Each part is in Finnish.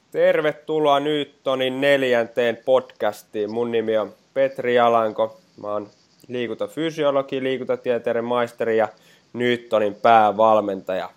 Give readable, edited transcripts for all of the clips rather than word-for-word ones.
Tervetuloa Newtonin 4. podcastiin. Mun nimi on Petri Jalanko. Mä oon liikuntafysiologi, liikuntatieteiden maisteri ja Newtonin päävalmentaja.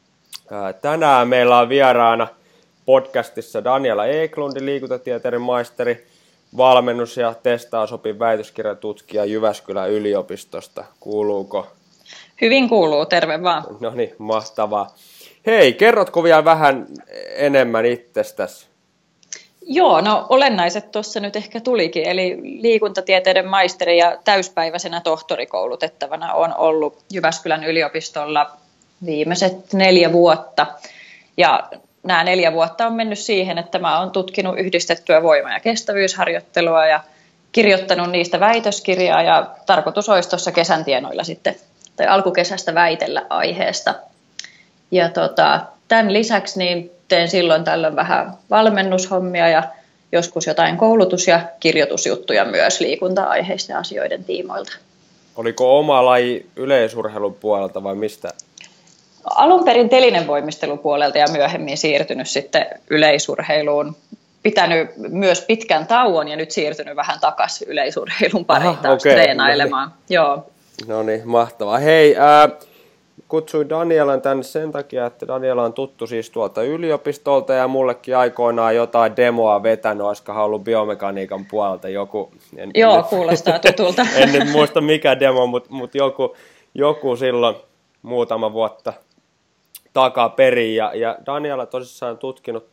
Tänään meillä on vieraana podcastissa Daniela Eklund, liikuntatieteiden maisteri, valmennus- ja testausopin väitöskirjatutkija Jyväskylän yliopistosta. Kuuluuko? Hyvin kuuluu, terve vaan. No niin, mahtavaa. Hei, kerrotko vielä vähän enemmän itsestäsi? Joo, no olennaiset tuossa nyt ehkä tulikin, eli liikuntatieteiden maisteri ja täyspäiväisenä tohtorikoulutettavana on ollut Jyväskylän yliopistolla viimeiset 4 vuotta. Ja nämä 4 vuotta on mennyt siihen, että mä oon tutkinut yhdistettyä voima- ja kestävyysharjoittelua ja kirjoittanut niistä väitöskirjaa ja tarkoitus olisi tuossa kesän tienoilla sitten, tai alkukesästä väitellä aiheesta. Ja tämän lisäksi niin teen silloin tällöin vähän valmennushommia ja joskus jotain koulutus- ja kirjoitusjuttuja myös liikunta-aiheisten asioiden tiimoilta. Oliko oma laji yleisurheilun puolelta vai mistä? Alun perin telinen voimistelun puolelta ja myöhemmin siirtynyt sitten yleisurheiluun. Pitänyt myös pitkän tauon ja nyt siirtynyt vähän takaisin yleisurheilun pariin taas treenailemaan. No niin, mahtavaa. Hei, kutsuin Danielan tänne sen takia, että Daniela on tuttu siis tuolta yliopistolta ja mullekin aikoinaan jotain demoa vetänyt, olisikohan ollut biomekaniikan puolelta joku. Kuulostaa tutulta. En nyt muista mikä demo, mutta joku silloin muutama vuotta takaperin. Ja Daniela tosissaan on tutkinut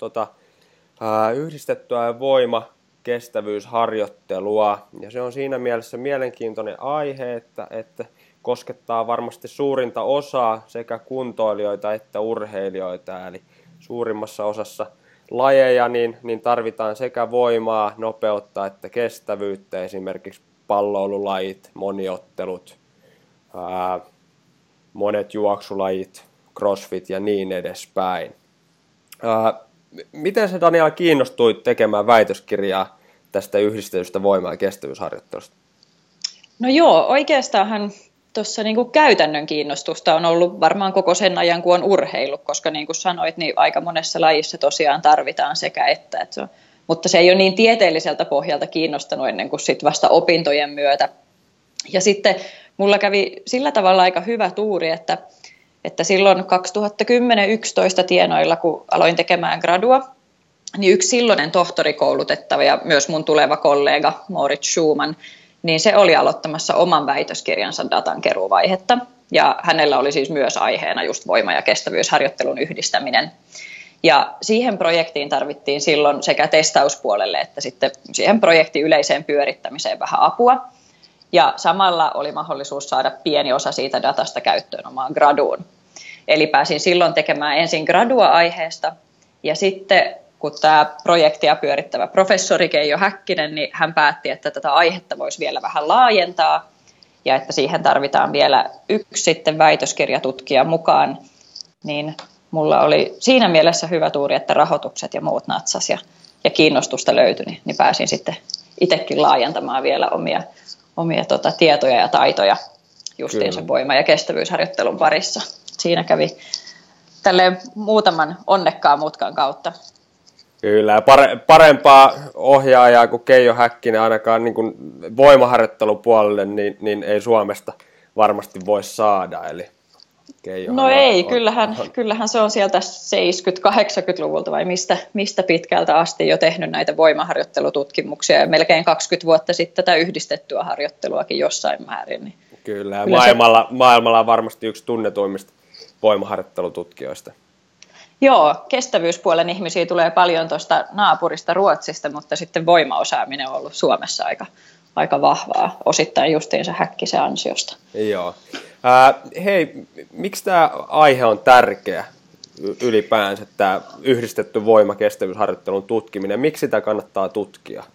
yhdistettyä voimakestävyysharjoittelua. Ja se on siinä mielessä mielenkiintoinen aihe, että koskettaa varmasti suurinta osaa sekä kuntoilijoita että urheilijoita. Eli suurimmassa osassa lajeja niin tarvitaan sekä voimaa, nopeutta että kestävyyttä, esimerkiksi palloilulajit, moniottelut, monet juoksulajit, crossfit ja niin edespäin. Miten sä, Daniela, kiinnostuit tekemään väitöskirjaa tästä yhdistetystä voima- ja kestävyysharjoittelusta? No joo, oikeastaanhan tuossa niinku käytännön kiinnostusta on ollut varmaan koko sen ajan, kun on urheilu, koska niin kuin sanoit, niin aika monessa lajissa tosiaan tarvitaan sekä että mutta se ei ole niin tieteelliseltä pohjalta kiinnostanut ennen kuin sit vasta opintojen myötä. Ja sitten mulla kävi sillä tavalla aika hyvä tuuri, että silloin 2010-2011 tienoilla, kun aloin tekemään gradua, niin yksi silloinen tohtorikoulutettava ja myös mun tuleva kollega Moritz Schumann, niin se oli aloittamassa oman väitöskirjansa datankeruuvaihetta. Ja hänellä oli siis myös aiheena just voima- ja kestävyysharjoittelun yhdistäminen. Ja siihen projektiin tarvittiin silloin sekä testauspuolelle että sitten siihen projektin yleiseen pyörittämiseen vähän apua. Ja samalla oli mahdollisuus saada pieni osa siitä datasta käyttöön omaan graduun. Eli pääsin silloin tekemään ensin gradua aiheesta ja sitten kun tämä projektia pyörittävä professori Keijo Häkkinen, niin hän päätti, että tätä aihetta voisi vielä vähän laajentaa ja että siihen tarvitaan vielä yksi sitten väitöskirjatutkija mukaan, niin mulla oli siinä mielessä hyvä tuuri, että rahoitukset ja muut natsas ja kiinnostusta löytyi, niin pääsin sitten itsekin laajentamaan vielä omia tietoja ja taitoja justiin sen voima- ja kestävyysharjoittelun parissa. Siinä kävi tälleen muutaman onnekkaan mutkan kautta. Kyllä, parempaa ohjaajaa kuin Keijo Häkkinen ainakaan niin kuin voimaharjoittelun puolelle, niin ei Suomesta varmasti voi saada. Eli no ei, kyllähän se on sieltä 70-80-luvulta vai mistä pitkältä asti jo tehnyt näitä voimaharjoittelututkimuksia ja melkein 20 vuotta sitten tätä yhdistettyä harjoitteluakin jossain määrin. Niin kyllä maailmalla on varmasti yksi tunnetuimmista voimaharjoittelututkijoista. Joo, kestävyyspuolen ihmisiä tulee paljon tuosta naapurista Ruotsista, mutta sitten voimaosaaminen on ollut Suomessa aika vahvaa, osittain justiinsa Häkkisen ansiosta. Joo. Hei, miksi tämä aihe on tärkeä ylipäänsä, tämä yhdistetty voimakestävyysharjoittelun tutkiminen? Miksi sitä kannattaa tutkia?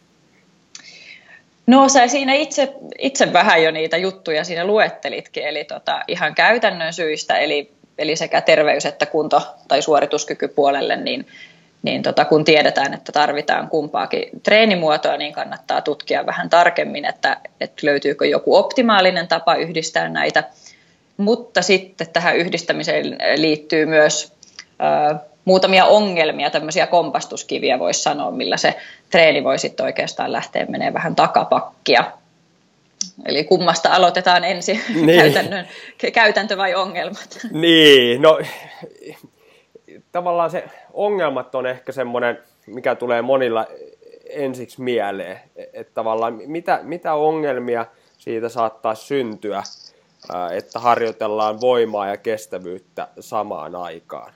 No sä siinä itse vähän jo niitä juttuja siinä luettelitkin, eli ihan käytännön syistä, eli sekä terveys- että kunto- tai suorituskykypuolelle, niin kun tiedetään, että tarvitaan kumpaakin treenimuotoa, niin kannattaa tutkia vähän tarkemmin, että löytyykö joku optimaalinen tapa yhdistää näitä. Mutta sitten tähän yhdistämiseen liittyy myös muutamia ongelmia, tämmöisiä kompastuskiviä voisi sanoa, millä se treeni voi sitten oikeastaan lähteä menemään vähän takapakkia. Eli kummasta aloitetaan ensin, niin. Käytäntö vai ongelmat? Niin, no tavallaan se ongelmat on ehkä semmoinen, mikä tulee monilla ensiksi mieleen, että tavallaan mitä ongelmia siitä saattaa syntyä, että harjoitellaan voimaa ja kestävyyttä samaan aikaan.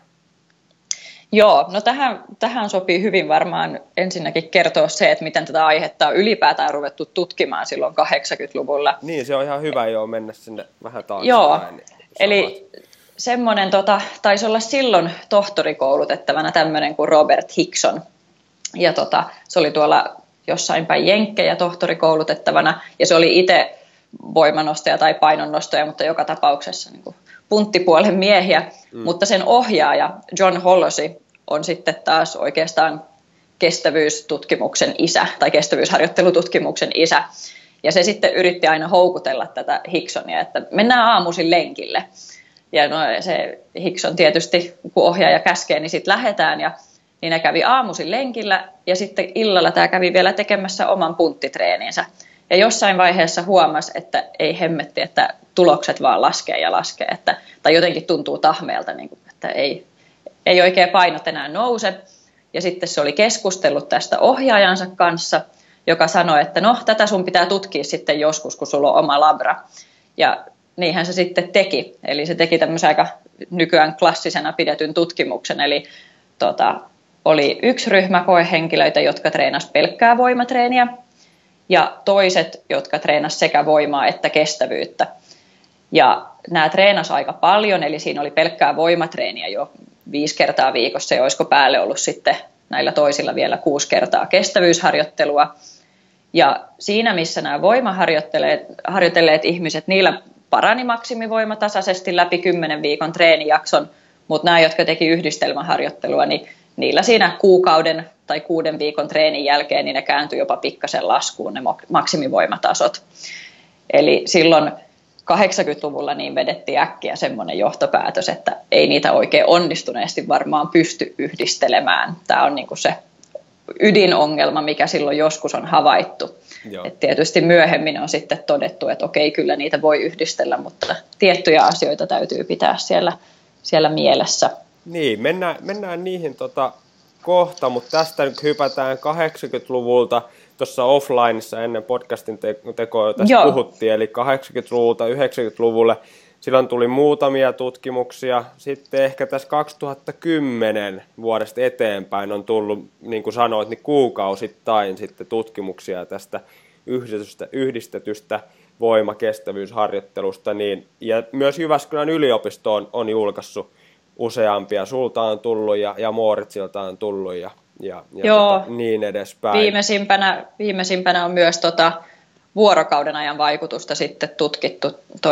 Joo, no tähän sopii hyvin varmaan ensinnäkin kertoa se, että miten tätä aihetta on ylipäätään ruvettu tutkimaan silloin 80-luvulla. Niin, se on ihan hyvä mennä sinne vähän taaksepäin. Joo, eli semmoinen taisi olla silloin tohtorikoulutettavana tämmöinen kuin Robert Hickson. Ja se oli tuolla jossain päin jenkkejä tohtorikoulutettavana, ja se oli itse voimanostaja tai painonnostaja, mutta joka tapauksessa niin kuin punttipuolen miehiä. Mutta sen ohjaaja John Hollosi on sitten taas oikeastaan kestävyystutkimuksen isä tai kestävyysharjoittelututkimuksen isä. Ja se sitten yritti aina houkutella tätä Hicksonia, että mennään aamuisin lenkille. Ja no, se Hickson tietysti, kun ohjaaja käskee, niin sitten lähdetään. Ja niin ne kävi aamuisin lenkillä ja sitten illalla tämä kävi vielä tekemässä oman punttitreeninsä. Ja jossain vaiheessa huomasi, että ei hemmetti, että tulokset vaan laskee ja laskee. Tai jotenkin tuntuu tahmeelta, niin kuin, että ei oikein painot enää nouse. Ja sitten se oli keskustellut tästä ohjaajansa kanssa, joka sanoi, että no tätä sun pitää tutkia sitten joskus, kun sulla on oma labra. Ja niinhän se sitten teki. Eli se teki tämmöisen aika nykyään klassisena pidetyn tutkimuksen. Eli oli yksi ryhmä koehenkilöitä, jotka treenasi pelkkää voimatreeniä. Ja toiset, jotka treenasivat sekä voimaa että kestävyyttä. Ja nämä treenasivat aika paljon, eli siinä oli pelkkää voimatreeniä jo 5 kertaa viikossa, ja olisiko päälle ollut sitten näillä toisilla vielä 6 kertaa kestävyysharjoittelua. Ja siinä, missä nämä voimaharjoitelleet ihmiset, niillä parani maksimivoima tasaisesti läpi 10 viikon treenijakson, mutta nämä, jotka teki yhdistelmäharjoittelua, niin niillä siinä kuukauden tai 6 viikon treenin jälkeen niin ne kääntyi jopa pikkasen laskuun ne maksimivoimatasot. Eli silloin 80-luvulla niin vedettiin äkkiä semmoinen johtopäätös, että ei niitä oikein onnistuneesti varmaan pysty yhdistelemään. Tämä on niin kuin se ydinongelma, mikä silloin joskus on havaittu. Et tietysti myöhemmin on sitten todettu, että okei, kyllä niitä voi yhdistellä, mutta tiettyjä asioita täytyy pitää siellä mielessä. Niin, mennään niihin kohta, mutta tästä nyt hypätään 80-luvulta. Tuossa offlineissa ennen podcastin tekoa tästä puhuttiin, eli 80-luvulta 90-luvulle. Silloin tuli muutamia tutkimuksia. Sitten ehkä tässä 2010 vuodesta eteenpäin on tullut, niin kuin sanoit, niin kuukausittain sitten tutkimuksia tästä yhdistetystä voimakestävyysharjoittelusta. Niin, ja myös Jyväskylän yliopisto on julkaissut useampia. Sulta on tullut ja Mooritsilta on tullut ja niin edespäin. Viimeisimpänä on myös vuorokauden ajan vaikutusta sitten tutkittu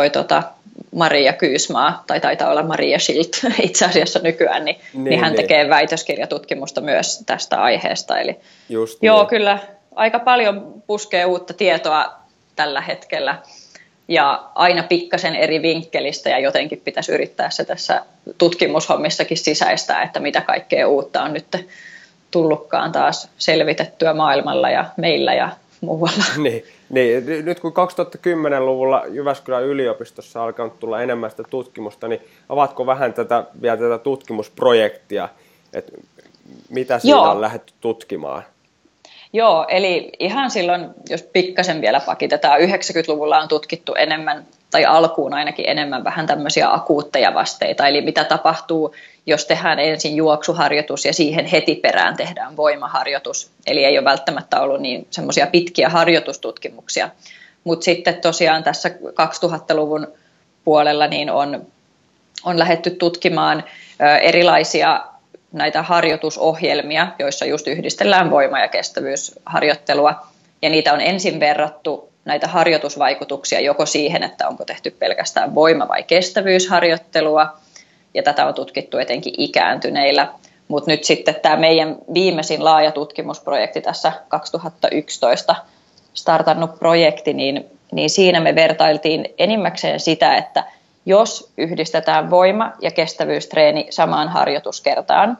Maria Kyysmaa, tai taitaa olla Maria Schild itse asiassa nykyään, niin hän tekee väitöskirjatutkimusta myös tästä aiheesta. Eli kyllä aika paljon puskee uutta tietoa tällä hetkellä. Ja aina pikkasen eri vinkkelistä ja jotenkin pitäisi yrittää se tässä tutkimushommissakin sisäistää, että mitä kaikkea uutta on nyt tullutkaan taas selvitettyä maailmalla ja meillä ja muualla. Niin. Nyt kun 2010-luvulla Jyväskylän yliopistossa on alkanut tulla enemmän sitä tutkimusta, niin avaatko vähän vielä tätä tutkimusprojektia, että mitä siinä on lähdetty tutkimaan? Joo, eli ihan silloin, jos pikkasen vielä pakitetaan, 90-luvulla on tutkittu enemmän, tai alkuun ainakin enemmän vähän tämmöisiä akuutteja vasteita, eli mitä tapahtuu, jos tehdään ensin juoksuharjoitus ja siihen heti perään tehdään voimaharjoitus. Eli ei ole välttämättä ollut niin semmoisia pitkiä harjoitustutkimuksia. Mutta sitten tosiaan tässä 2000-luvun puolella niin on lähdetty tutkimaan erilaisia näitä harjoitusohjelmia, joissa just yhdistellään voima- ja kestävyysharjoittelua. Ja niitä on ensin verrattu näitä harjoitusvaikutuksia joko siihen, että onko tehty pelkästään voima- vai kestävyysharjoittelua. Ja tätä on tutkittu etenkin ikääntyneillä. Mutta nyt sitten tämä meidän viimeisin laaja tutkimusprojekti tässä 2011 startannut projekti, niin siinä me vertailtiin enimmäkseen sitä, että jos yhdistetään voima- ja kestävyystreeni samaan harjoituskertaan,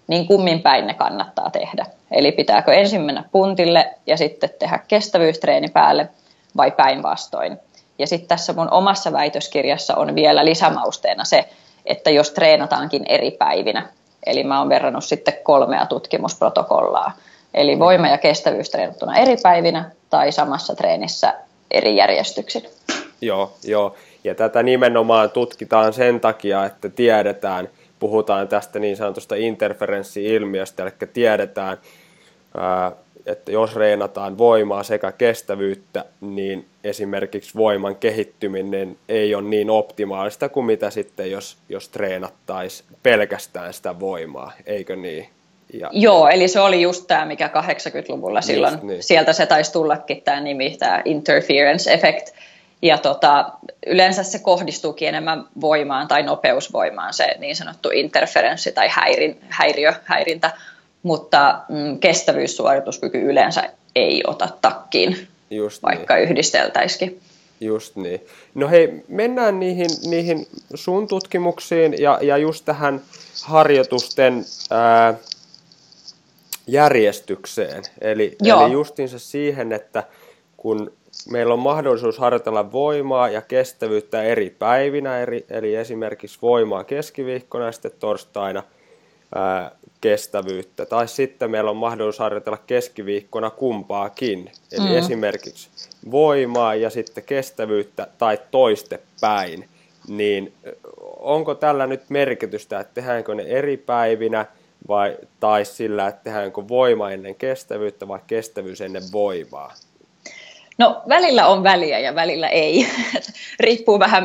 niin kummin päin ne kannattaa tehdä. Eli pitääkö ensin mennä puntille ja sitten tehdä kestävyystreeni päälle vai päinvastoin. Ja sitten tässä mun omassa väitöskirjassa on vielä lisämausteena se, että jos treenataankin eri päivinä. Eli mä oon verrannut sitten 3 tutkimusprotokollaa. Eli voima- ja kestävyys treenattuna eri päivinä tai samassa treenissä eri järjestyksin. Joo. Ja tätä nimenomaan tutkitaan sen takia, että tiedetään, puhutaan tästä niin sanotusta interferenssi-ilmiöstä, eli tiedetään, että jos reenataan voimaa sekä kestävyyttä, niin esimerkiksi voiman kehittyminen ei ole niin optimaalista kuin mitä sitten, jos treenattaisiin pelkästään sitä voimaa, eikö niin? Joo, eli se oli just tämä, mikä 80-luvulla silloin, niin. Sieltä se taisi tullakin tämä nimi, tämä interference effect. Ja yleensä se kohdistuukin enemmän voimaan tai nopeusvoimaan, se niin sanottu interferenssi tai häirintä, mutta kestävyyssuorituskyky yleensä ei ota takkiin, just vaikka niin. Yhdisteltäisikin. Just niin. No hei, mennään niihin sun tutkimuksiin ja just tähän harjoitusten järjestykseen. Eli justiinsa siihen, että kun meillä on mahdollisuus harjoitella voimaa ja kestävyyttä eri päivinä, eli esimerkiksi voimaa keskiviikkona ja sitten torstaina kestävyyttä. Tai sitten meillä on mahdollisuus harjoitella keskiviikkona kumpaakin, eli esimerkiksi voimaa ja sitten kestävyyttä tai toistepäin. Niin onko tällä nyt merkitystä, että tehdäänkö ne eri päivinä tai sillä, että tehdäänkö voima ennen kestävyyttä vai kestävyys ennen voimaa? No välillä on väliä ja välillä ei. Riippuu vähän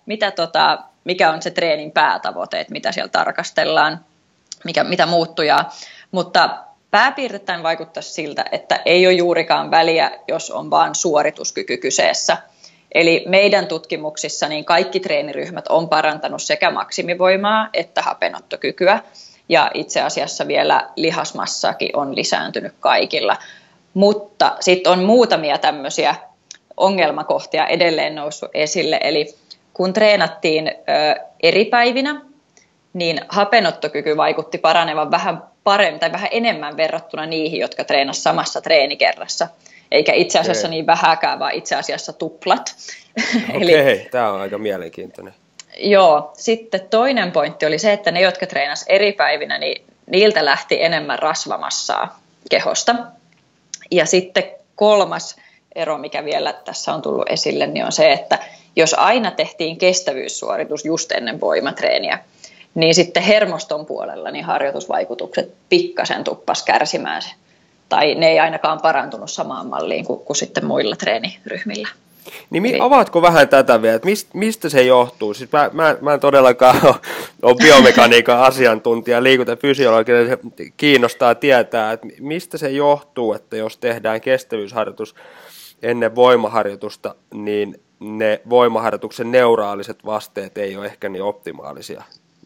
mikä on se treenin päätavoite, että mitä siellä tarkastellaan, mitä muuttujaa. Mutta pääpiirteittäin vaikuttaisi siltä, että ei ole juurikaan väliä, jos on vain suorituskyky kyseessä. Eli meidän tutkimuksissa niin kaikki treeniryhmät on parantanut sekä maksimivoimaa että hapenottokykyä. Ja itse asiassa vielä lihasmassakin on lisääntynyt kaikilla. Mutta sitten on muutamia tämmöisiä ongelmakohtia edelleen noussut esille. Eli kun treenattiin eri päivinä, niin hapenottokyky vaikutti paranevan vähän paremmin tai vähän enemmän verrattuna niihin, jotka treenasivat samassa treenikerrassa. Eikä itse asiassa niin vähäkään, vaan itse asiassa tuplat. Okei, tämä on aika mielenkiintoinen. Joo, sitten toinen pointti oli se, että ne, jotka treenasivat eri päivinä, niin niiltä lähti enemmän rasvamassaa kehosta. Ja sitten kolmas ero, mikä vielä tässä on tullut esille, niin on se, että jos aina tehtiin kestävyyssuoritus just ennen voimatreeniä, niin sitten hermoston puolella niin harjoitusvaikutukset pikkasen tuppas kärsimään se. Tai ne ei ainakaan parantunut samaan malliin kuin sitten muilla treeniryhmillä. Niin avaatko vähän tätä vielä, että mistä se johtuu? Siis mä en todellakaan ole biomekaniikan asiantuntija, liikuntafysiologinen, se kiinnostaa tietää, että mistä se johtuu, että jos tehdään kestävyysharjoitus ennen voimaharjoitusta, niin ne voimaharjoituksen neuraaliset vasteet ei ole ehkä niin optimaalisia.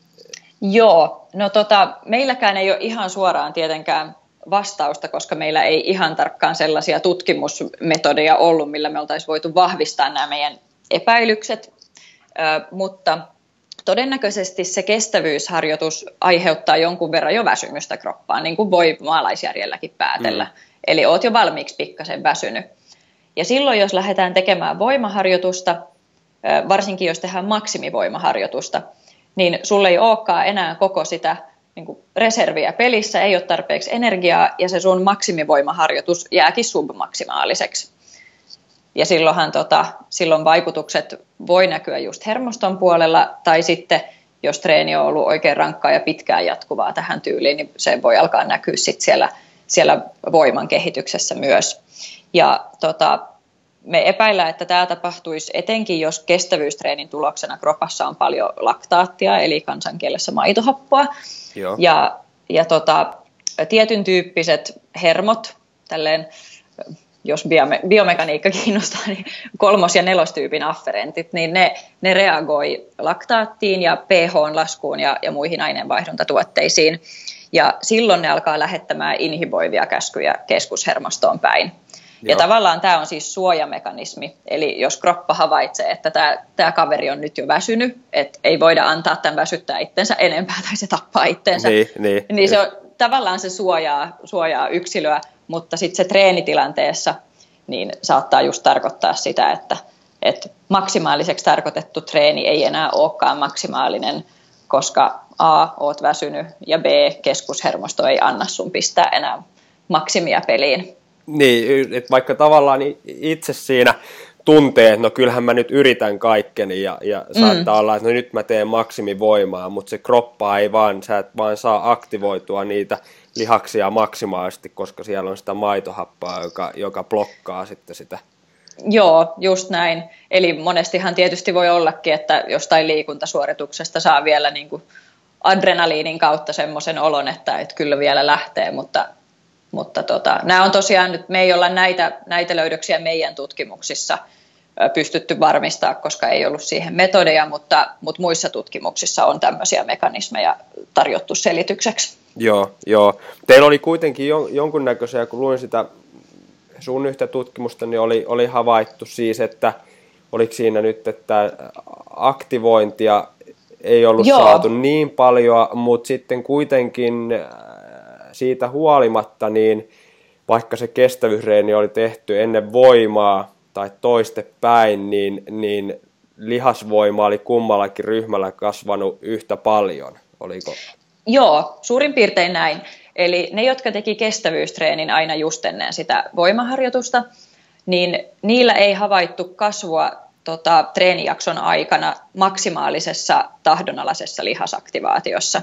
Joo, no meilläkään ei ole ihan suoraan tietenkään vastausta, koska meillä ei ihan tarkkaan sellaisia tutkimusmetodeja ollut, millä me oltaisiin voitu vahvistaa nämä meidän epäilykset, mutta todennäköisesti se kestävyysharjoitus aiheuttaa jonkun verran jo väsymystä kroppaan, niin kuin voi maalaisjärjelläkin päätellä. Eli oot jo valmiiksi pikkasen väsynyt. Ja silloin, jos lähdetään tekemään voimaharjoitusta, varsinkin jos tehdään maksimivoimaharjoitusta, niin sulle ei olekaan enää koko sitä niin kuin reserviä pelissä, ei ole tarpeeksi energiaa ja se sun maksimivoimaharjoitus jääkin submaksimaaliseksi. Ja silloin vaikutukset voi näkyä just hermoston puolella tai sitten jos treeni on ollut oikein rankkaa ja pitkään jatkuvaa tähän tyyliin, niin se voi alkaa näkyä sitten siellä voiman kehityksessä myös. Ja me epäillään, että tämä tapahtuisi etenkin, jos kestävyystreenin tuloksena kropassa on paljon laktaattia, eli kansankielessä maitohappoa. Joo. Ja tietyn tyyppiset hermot, tälleen, jos biomekaniikka kiinnostaa, niin 3- ja 4-tyypin afferentit, niin ne reagoi laktaattiin ja pH-laskuun ja muihin aineenvaihduntatuotteisiin. Ja silloin ne alkaa lähettämään inhiboivia käskyjä keskushermostoon päin. Ja tavallaan tämä on siis suojamekanismi. Eli jos kroppa havaitsee, että tämä kaveri on nyt jo väsynyt, että ei voida antaa tämän väsyttää itsensä enempää tai se tappaa itsensä, niin se on, tavallaan se suojaa yksilöä, mutta sitten se treenitilanteessa niin saattaa just tarkoittaa sitä, että maksimaaliseksi tarkoitettu treeni ei enää olekaan maksimaalinen, koska A, oot väsynyt ja B, keskushermosto ei anna sun pistää enää maksimia peliin. Niin, että vaikka tavallaan itse siinä tuntee, että no kyllähän mä nyt yritän kaikkeni ja saattaa olla, että no nyt mä teen maksimivoimaa, mutta se kroppa ei sä et vaan saa aktivoitua niitä lihaksia maksimaalisesti, koska siellä on sitä maitohappaa, joka blokkaa sitten sitä. Joo, just näin. Eli monestihan tietysti voi ollakin, että jostain liikuntasuorituksesta saa vielä niin kuin adrenaliinin kautta semmoisen olon, että kyllä vielä lähtee, mutta nämä on tosiaan nyt, me ei olla näitä löydöksiä meidän tutkimuksissa pystytty varmistaa, koska ei ollut siihen metodeja, mutta muissa tutkimuksissa on tämmöisiä mekanismeja tarjottu selitykseksi. Joo. Teillä oli kuitenkin jonkunnäköisiä, kun luin sitä sun yhtä tutkimusta, niin oli havaittu siis, että oliko siinä nyt, että aktivointia ei ollut saatu niin paljon, mutta sitten kuitenkin siitä huolimatta, niin vaikka se kestävyysreeni oli tehty ennen voimaa tai toistepäin, niin lihasvoima oli kummallakin ryhmällä kasvanut yhtä paljon. Oliko? Joo, suurin piirtein näin. Eli ne, jotka teki kestävyystreenin aina just ennen sitä voimaharjoitusta, niin niillä ei havaittu kasvua treenijakson aikana maksimaalisessa tahdonalaisessa lihasaktivaatiossa.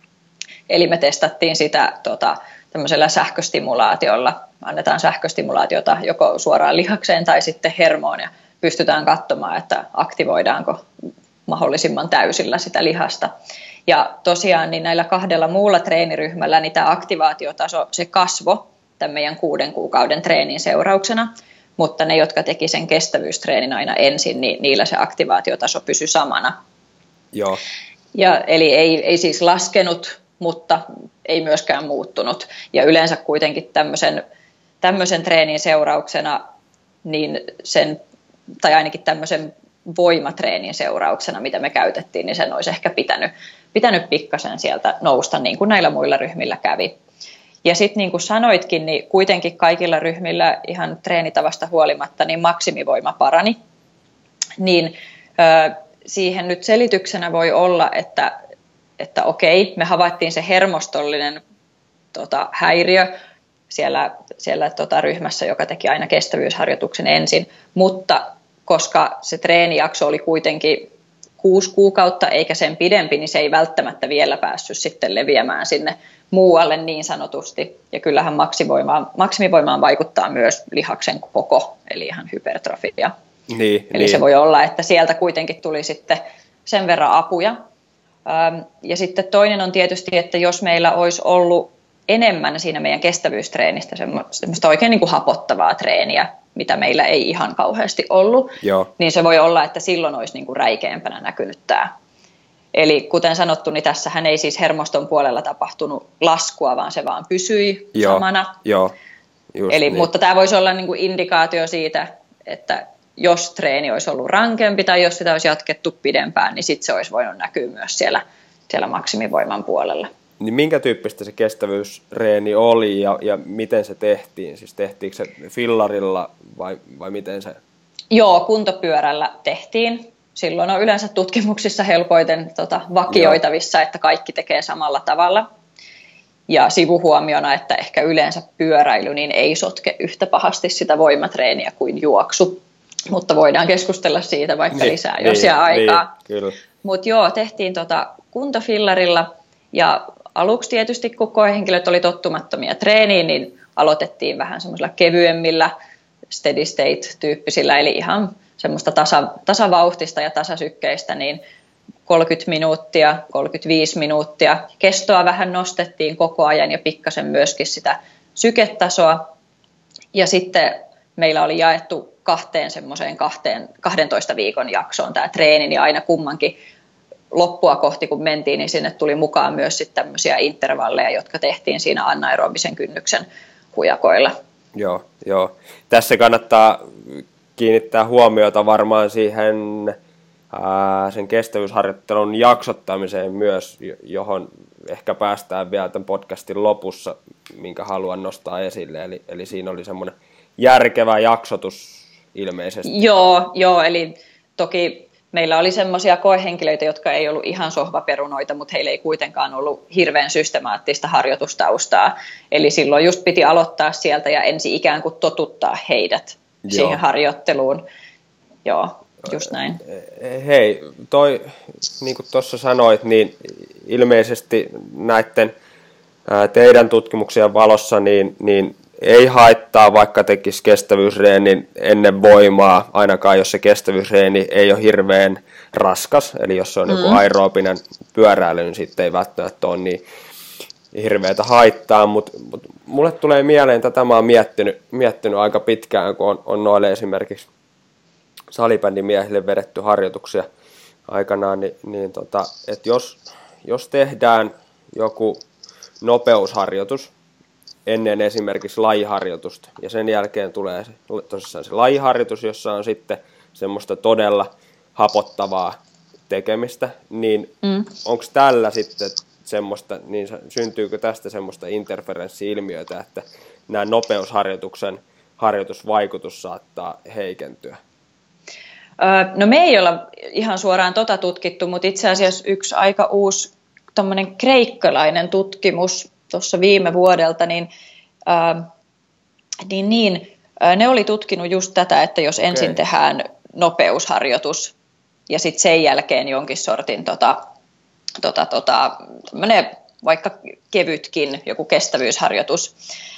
Eli me testattiin sitä tämmöisellä sähköstimulaatiolla. Annetaan sähköstimulaatiota joko suoraan lihakseen tai sitten hermoon ja pystytään katsomaan, että aktivoidaanko mahdollisimman täysillä sitä lihasta. Ja tosiaan niin näillä 2 muulla treeniryhmällä niin tämä aktivaatiotaso, se kasvoi tämän meidän 6 kuukauden treenin seurauksena, mutta ne, jotka teki sen kestävyystreenin aina ensin, niin niillä se aktivaatiotaso pysyi samana. Joo. Eli ei siis laskenut, mutta ei myöskään muuttunut. Ja yleensä kuitenkin tämmöisen treenin seurauksena, niin tai ainakin tämmöisen voimatreenin seurauksena, mitä me käytettiin, niin sen olisi ehkä pitänyt pikkasen sieltä nousta, niin kuin näillä muilla ryhmillä kävi. Ja sitten niin kuin sanoitkin, niin kuitenkin kaikilla ryhmillä ihan treenitavasta huolimatta, niin maksimivoima parani. Niin siihen nyt selityksenä voi olla, että okei, me havaittiin se hermostollinen häiriö siellä ryhmässä, joka teki aina kestävyysharjoituksen ensin, mutta koska se treenijakso oli kuitenkin 6 kuukautta eikä sen pidempi, niin se ei välttämättä vielä päässyt sitten leviämään sinne muualle niin sanotusti. Ja kyllähän maksimivoimaan vaikuttaa myös lihaksen koko, eli ihan hypertrofia. Eli se voi olla, että sieltä kuitenkin tuli sitten sen verran apuja. Ja sitten toinen on tietysti, että jos meillä olisi ollut enemmän siinä meidän kestävyystreenistä semmoista oikein niin kuin hapottavaa treeniä, mitä meillä ei ihan kauheasti ollut, niin se voi olla, että silloin olisi niin kuin räikeämpänä näkynyt tämä. Eli kuten sanottu, niin tässähän ei siis hermoston puolella tapahtunut laskua, vaan se vaan pysyi samana. Mutta tämä voisi olla niin kuin indikaatio siitä, että jos treeni olisi ollut rankempi tai jos sitä olisi jatkettu pidempään, niin sitten se olisi voinut näkyä myös siellä maksimivoiman puolella. Niin minkä tyyppistä se kestävyysreeni oli ja miten se tehtiin? Siis tehtiinkö se fillarilla vai miten se? Joo, kuntopyörällä tehtiin. Silloin on yleensä tutkimuksissa helpoiten vakioitavissa, että kaikki tekee samalla tavalla. Ja sivuhuomiona, että ehkä yleensä pyöräily niin ei sotke yhtä pahasti sitä voimatreeniä kuin juoksu. Mutta voidaan keskustella siitä vaikka lisää, jos jää aikaa. Mutta joo, tehtiin kuntofillarilla ja aluksi tietysti, kun koehenkilöt oli tottumattomia treeniin, niin aloitettiin vähän semmoisilla kevyemmillä steady state-tyyppisillä, eli ihan semmoista tasavauhtista ja tasasykkeistä, niin 30 minuuttia, 35 minuuttia. Kestoa vähän nostettiin koko ajan ja pikkasen myöskin sitä syketasoa. Ja sitten meillä oli jaettu 12 viikon jaksoon tämä treeni, ja aina kummankin loppua kohti, kun mentiin, niin sinne tuli mukaan myös sitten tämmöisiä intervalleja, jotka tehtiin siinä anaerobisen kynnyksen hujakoilla. Joo, joo. Tässä kannattaa kiinnittää huomiota varmaan siihen sen kestävyysharjoittelun jaksottamiseen myös, johon ehkä päästään vielä tämän podcastin lopussa, minkä haluan nostaa esille. Eli siinä oli semmoinen järkevä jaksotus ilmeisesti. Joo, eli toki meillä oli semmoisia koehenkilöitä, jotka ei ollut ihan sohvaperunoita, mutta heillä ei kuitenkaan ollut hirveän systemaattista harjoitustaustaa. Eli silloin just piti aloittaa sieltä ja ensin ikään kuin totuttaa heidät siihen harjoitteluun. Joo, just näin. Hei, niin kuin tuossa sanoit, niin ilmeisesti näiden teidän tutkimuksien valossa niin ei haittaa, vaikka tekisi kestävyysreenin ennen voimaa, ainakaan jos se kestävyysreeni ei ole hirveän raskas, eli jos se on joku aerobinen pyöräily, niin sitten ei välttämättä ole niin hirveätä haittaa, mutta mulle tulee mieleen, että tämä on miettinyt aika pitkään, kun on noille esimerkiksi salibändimiehille vedetty harjoituksia aikanaan, että jos tehdään joku nopeusharjoitus ennen esimerkiksi lajiharjoitusta, ja sen jälkeen tulee tosissaan se lajiharjoitus, jossa on sitten semmoista todella hapottavaa tekemistä, niin onko tällä sitten semmoista, niin syntyykö tästä semmoista interferenssi-ilmiötä, että nämä nopeusharjoituksen harjoitusvaikutus saattaa heikentyä? No me ei olla ihan suoraan tutkittu, mutta itse asiassa yksi aika uusi tommoinen kreikkalainen tutkimus tuossa viime vuodelta, ne oli tutkinut just tätä, että jos ensin tehdään nopeusharjoitus ja sitten sen jälkeen jonkin sortin vaikka kevytkin joku kestävyysharjoitus,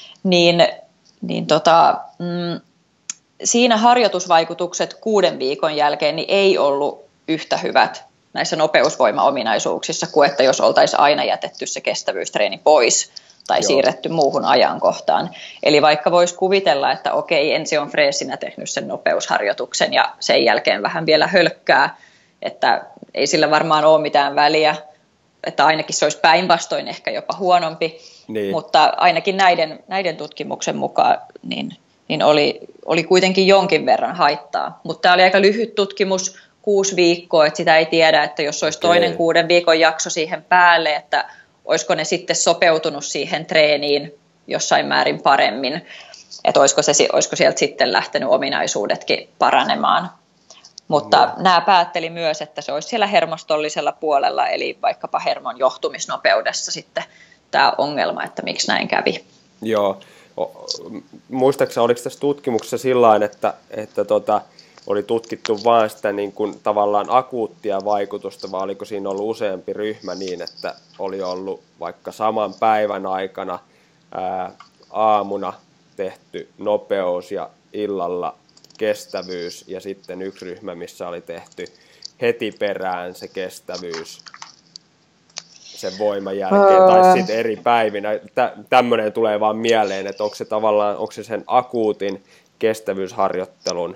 siinä harjoitusvaikutukset 6 viikon jälkeen niin ei ollut yhtä hyvät näissä nopeusvoimaominaisuuksissa kuin että jos oltaisiin aina jätetty se kestävyystreeni pois tai siirretty muuhun ajankohtaan. Eli vaikka voisi kuvitella, että okei, ensin on freesinä tehnyt sen nopeusharjoituksen ja sen jälkeen vähän vielä hölkkää, että ei sillä varmaan ole mitään väliä, että ainakin se olisi päinvastoin ehkä jopa huonompi, mutta ainakin näiden tutkimuksen mukaan niin oli kuitenkin jonkin verran haittaa. Mutta tämä oli aika lyhyt tutkimus, 6 viikkoa, että sitä ei tiedä, että jos olisi toinen 6 viikon jakso siihen päälle, että olisiko ne sitten sopeutunut siihen treeniin jossain määrin paremmin, että olisiko sieltä sitten lähtenyt ominaisuudetkin paranemaan. Mutta nämä päätteli myös, että se olisi siellä hermostollisella puolella, eli vaikkapa hermon johtumisnopeudessa sitten tämä ongelma, että miksi näin kävi. Joo. Muistaakseni oliko tässä tutkimuksessa sillain, että oli tutkittu vain sitä niin kuin tavallaan akuuttia vaikutusta, vai oliko siinä ollut useampi ryhmä niin, että oli ollut vaikka saman päivän aikana aamuna tehty nopeus ja illalla kestävyys, ja sitten yksi ryhmä, missä oli tehty heti perään se kestävyys sen voiman jälkeen, tai sitten eri päivinä. Tämmöinen tulee vaan mieleen, että onko se sen akuutin kestävyysharjoittelun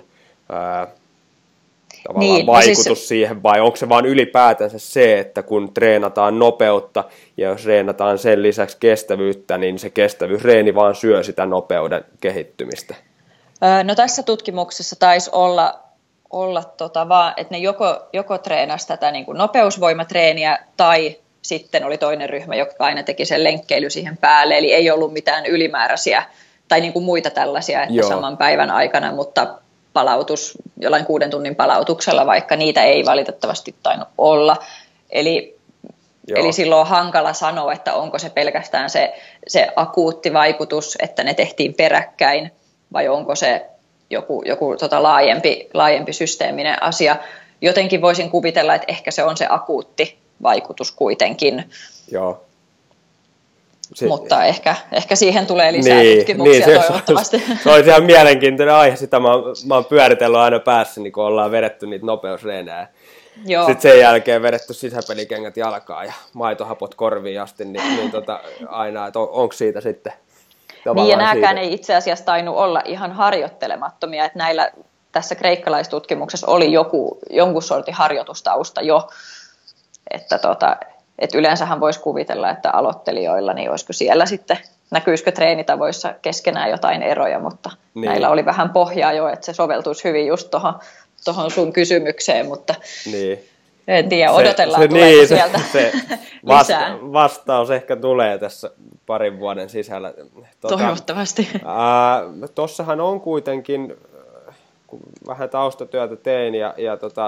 vaikutus siihen, vai onko se vaan ylipäätänsä se, että kun treenataan nopeutta, ja jos treenataan sen lisäksi kestävyyttä, niin se kestävyysreeni vaan syö sitä nopeuden kehittymistä. No tässä tutkimuksessa taisi olla vaan, että ne joko treenasi tätä niin kuin nopeusvoimatreeniä, tai sitten oli toinen ryhmä, joka aina teki sen lenkkeily siihen päälle, eli ei ollut mitään ylimääräisiä tai niin kuin muita tällaisia, että saman päivän aikana, mutta palautus jollain 6 tunnin palautuksella, vaikka niitä ei valitettavasti tainnut olla. Eli silloin on hankala sanoa, että onko se pelkästään se akuutti vaikutus, että ne tehtiin peräkkäin, vai onko se joku laajempi systeeminen asia. Jotenkin voisin kuvitella, että ehkä se on se akuutti vaikutus kuitenkin. Joo. Mutta ehkä siihen tulee lisää tutkimuksia toivottavasti. Se olisi ihan mielenkiintoinen aihe. Sitä mä oon pyöritellyt aina päässä, niin kun ollaan vedetty niitä nopeusreenejä. Sitten sen jälkeen vedetty sisäpelikengät jalkaan ja maitohapot korviin asti, niin aina, että onko siitä sitten niin, ja nämäkään ei itse asiassa tainnut olla ihan harjoittelemattomia, että näillä tässä kreikkalaistutkimuksessa oli jonkun sortin harjoitustausta jo, että yleensähän voisi kuvitella, että aloittelijoilla, niin olisiko siellä sitten näkyisikö treenitavoissa keskenään jotain eroja, mutta näillä oli vähän pohjaa jo, että se soveltuisi hyvin just tuohon sun kysymykseen, mutta en tiedä, odotellaan tuleeko sieltä lisää. Vastaus ehkä tulee tässä parin vuoden sisällä. Toivottavasti. Tossahan on kuitenkin, kun vähän taustatyötä tein ja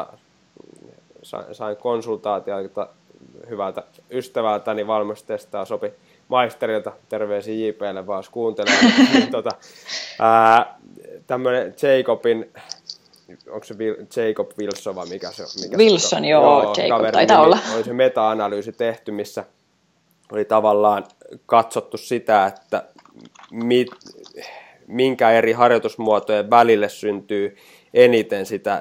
sain konsultaatiota hyvältä ystävältäni valmistajasta, sopi maisterilta, terveisiä JP:lle vaan jos kuuntelee. Tämmöinen Jacobin, onko se Jacob Wilson vai mikä se on? Wilson, joo Jacob taitaa olla. Oli se meta-analyysi tehty, missä oli tavallaan katsottu sitä, että minkä eri harjoitusmuotojen välille syntyy eniten sitä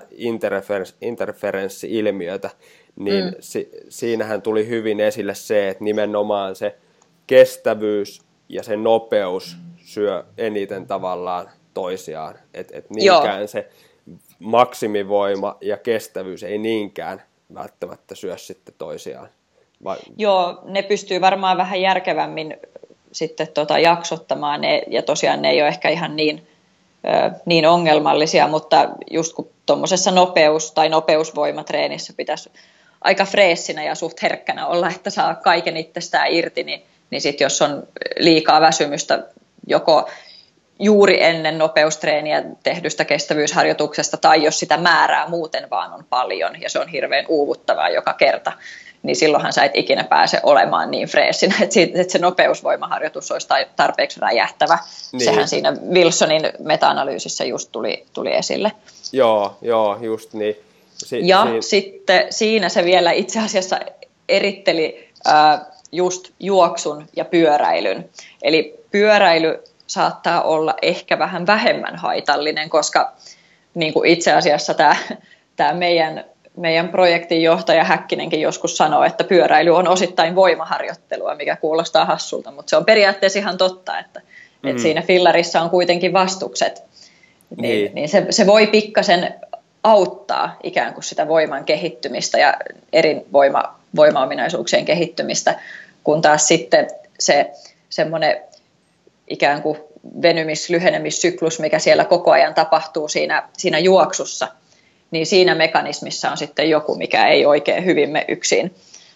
interferenssi-ilmiötä, niin siinähän tuli hyvin esille se, että nimenomaan se kestävyys ja se nopeus syö eniten tavallaan toisiaan. Et niinkään se maksimivoima ja kestävyys ei niinkään välttämättä syö sitten toisiaan. Joo, ne pystyy varmaan vähän järkevämmin sitten jaksottamaan ne, ja tosiaan ne ei ole ehkä ihan niin ongelmallisia, mutta just kun tuommoisessa nopeusvoimatreenissä pitäisi aika freessinä ja suht herkkänä olla, että saa kaiken itsestään irti, niin sitten jos on liikaa väsymystä joko juuri ennen nopeustreeniä tehdystä kestävyysharjoituksesta tai jos sitä määrää muuten vaan on paljon ja se on hirveän uuvuttavaa joka kerta, niin silloinhan sä et ikinä pääse olemaan niin freessinä, että se nopeusvoimaharjoitus olisi tarpeeksi räjähtävä. Niin. Sehän siinä Wilsonin meta-analyysissä just tuli esille. Joo, just niin. Sitten siinä se vielä itse asiassa eritteli just juoksun ja pyöräilyn. Eli pyöräily saattaa olla ehkä vähän vähemmän haitallinen, koska niin kuin itse asiassa tämä meidän projektin johtaja Häkkinenkin joskus sanoi, että pyöräily on osittain voimaharjoittelua, mikä kuulostaa hassulta, mutta se on periaatteessa ihan totta, että siinä fillarissa on kuitenkin vastukset. Niin se voi pikkasen auttaa ikään kuin sitä voiman kehittymistä ja eri voimaominaisuuksien kehittymistä, kun taas sitten se semmoinen ikään kuin venymis-lyhenemissyklus, mikä siellä koko ajan tapahtuu siinä juoksussa, niin siinä mekanismissa on sitten joku, mikä ei oikein hyvin mene yksin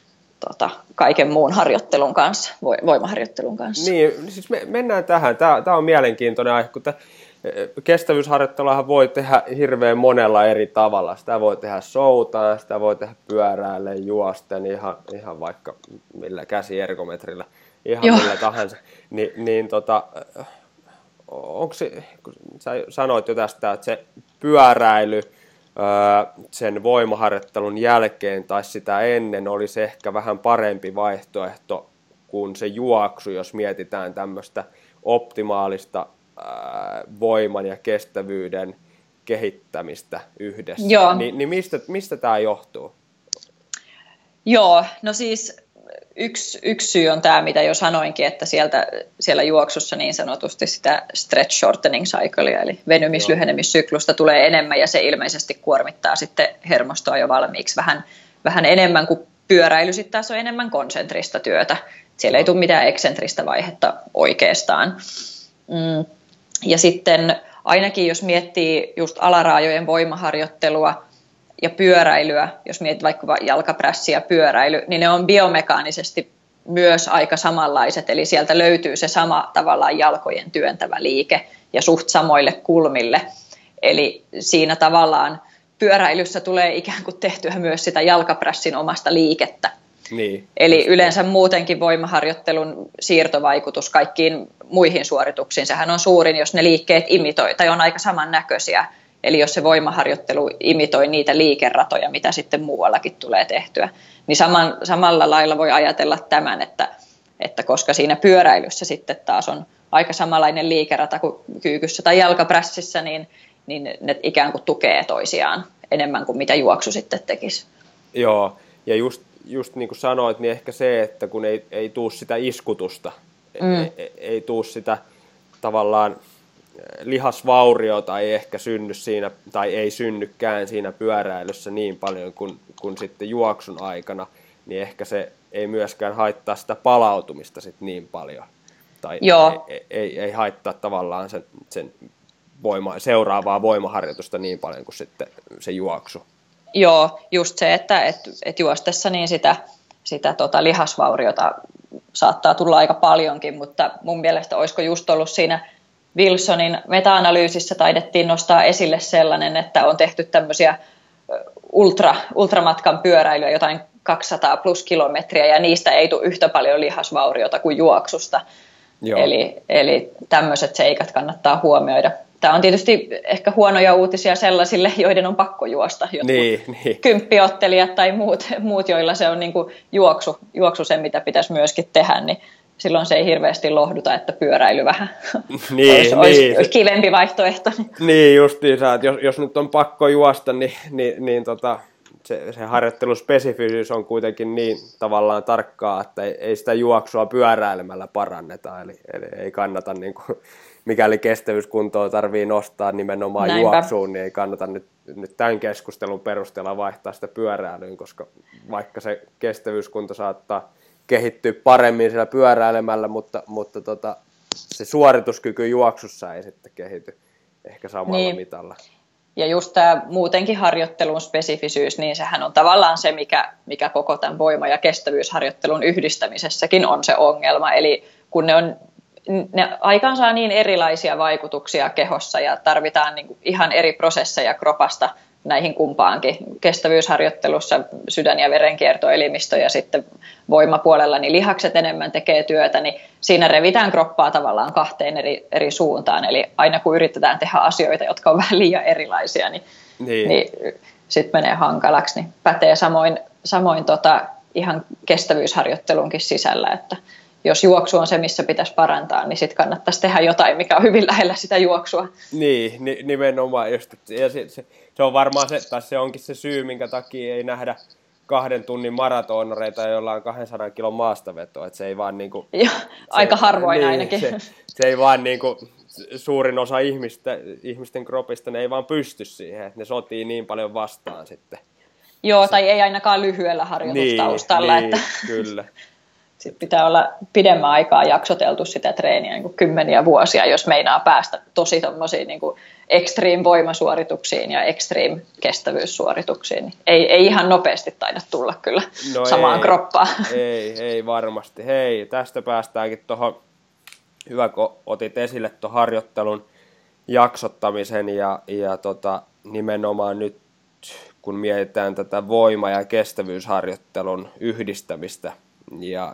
kaiken muun harjoittelun kanssa, voimaharjoittelun kanssa. Niin, siis mennään tähän. Tämä on mielenkiintoinen aihe, kun kestävyysharjoitteluahan voi tehdä hirveän monella eri tavalla. Sitä voi tehdä soutaan, sitä voi tehdä pyöräillen, juosten, ihan vaikka millä käsiergometrillä, ihan millä tahansa. Onko se, kun sä sanoit jo tästä, että se pyöräily sen voimaharjoittelun jälkeen tai sitä ennen olisi ehkä vähän parempi vaihtoehto kuin se juoksu, jos mietitään tämmöistä optimaalista voiman ja kestävyyden kehittämistä yhdessä. Niin mistä tämä johtuu? Joo, no siis yksi syy on tämä, mitä jo sanoinkin, että siellä juoksussa niin sanotusti sitä stretch shortening cyclea, eli venymis-lyhenemissyklusta tulee enemmän, ja se ilmeisesti kuormittaa sitten hermostoa jo valmiiksi vähän enemmän kuin pyöräily, sitten taas on enemmän konsentrista työtä. Siellä ei tule mitään eksentristä vaihetta oikeastaan. Ja sitten ainakin jos miettii just alaraajojen voimaharjoittelua ja pyöräilyä, jos mietit vaikka jalkaprässi ja pyöräily, niin ne on biomekaanisesti myös aika samanlaiset, eli sieltä löytyy se sama tavallaan jalkojen työntävä liike ja suht samoille kulmille. Eli siinä tavallaan pyöräilyssä tulee ikään kuin tehtyä myös sitä jalkaprässin omasta liikettä. Niin, eli yleensä muutenkin voimaharjoittelun siirtovaikutus kaikkiin muihin suorituksiin, sehän on suurin, jos ne liikkeet imitoi tai on aika samannäköisiä. Eli jos se voimaharjoittelu imitoi niitä liikeratoja, mitä sitten muuallakin tulee tehtyä, niin samalla lailla voi ajatella tämän, että koska siinä pyöräilyssä sitten taas on aika samanlainen liikerata kuin kyykyssä tai jalkaprässissä, niin ne ikään kuin tukee toisiaan enemmän kuin mitä juoksu sitten tekisi. Joo, ja just niin kuin sanoit, niin ehkä se, että kun ei tule sitä iskutusta, ei tule sitä tavallaan lihasvauriota ei ehkä synny siinä, tai ei synnykään siinä pyöräilyssä niin paljon kuin sitten juoksun aikana, niin ehkä se ei myöskään haittaa sitä palautumista sit niin paljon. tai Joo. ei haittaa tavallaan sen seuraavaa voimaharjoitusta niin paljon kuin sitten se juoksu. Joo, just se, että juostessa niin sitä lihasvauriota saattaa tulla aika paljonkin, mutta mun mielestä olisiko just ollut siinä Wilsonin meta-analyysissä taidettiin nostaa esille sellainen, että on tehty tämmöisiä ultramatkan pyöräilyä, jotain 200 plus kilometriä, ja niistä ei tule yhtä paljon lihasvauriota kuin juoksusta. Eli tämmöiset seikat kannattaa huomioida. Tämä on tietysti ehkä huonoja uutisia sellaisille, joiden on pakko juosta. Niin. Kymppiottelijat tai muut, joilla se on niin kuin juoksu se, mitä pitäisi myöskin tehdä, niin silloin se ei hirveästi lohduta, että pyöräily vähän olisi kivempi vaihtoehto. Niin justiinsa, että jos nyt on pakko juosta, niin se harjoitteluspesifisyys on kuitenkin niin tavallaan tarkkaa, että ei sitä juoksua pyöräilemällä paranneta, eli ei kannata, niin kuin, mikäli kestävyyskuntoa tarvii nostaa nimenomaan Näinpä. Juoksuun, niin ei kannata nyt tämän keskustelun perusteella vaihtaa sitä pyöräilyyn, koska vaikka se kestävyyskunto saattaa kehittyä paremmin siellä pyöräilemällä, mutta se suorituskyky juoksussa ei sitten kehity ehkä samalla mitalla. Ja just tämä muutenkin harjoittelun spesifisyys, niin sehän on tavallaan se, mikä koko tämän voima- ja kestävyysharjoittelun yhdistämisessäkin on se ongelma. Eli kun ne aikaansaa niin erilaisia vaikutuksia kehossa ja tarvitaan niin kuin ihan eri prosesseja kropasta näihin kumpaankin. Kestävyysharjoittelussa sydän- ja verenkiertoelimistö ja sitten voimapuolella niin lihakset enemmän tekee työtä, niin siinä revitään kroppaa tavallaan kahteen eri suuntaan. Eli aina kun yritetään tehdä asioita, jotka on vähän liian erilaisia, niin sitten menee hankalaksi. Niin pätee samoin ihan kestävyysharjoittelunkin sisällä, että jos juoksu on se, missä pitäisi parantaa, niin sitten kannattaisi tehdä jotain, mikä on hyvin lähellä sitä juoksua. Niin, nimenomaan. Just, ja se on varmaan se onkin se syy, minkä takia ei nähdä 2 tunnin maratonareita, joilla on 200 kilon maastavetoa. Että se ei vaan niinku, aika harvoin ainakin. Se ei vaan niinku, suurin osa ihmisten kropista, ne ei vaan pysty siihen, että ne sotii niin paljon vastaan sitten. Joo, tai ei ainakaan lyhyellä harjoitustaustalla. Niin, kyllä. Sitten pitää olla pidemmän aikaa jaksoteltu sitä treeniä niin kuin kymmeniä vuosia, jos meinaa päästä tosi tommosiin niin kuin extreme voimasuorituksiin ja extreme kestävyyssuorituksiin. Ei ihan nopeasti taida tulla kyllä samaan kroppaan. Ei varmasti. Hei, tästä päästäänkin tuohon, hyvä kun otit esille tuon harjoittelun jaksottamisen ja nimenomaan nyt kun mietitään tätä voima- ja kestävyysharjoittelun yhdistämistä, ja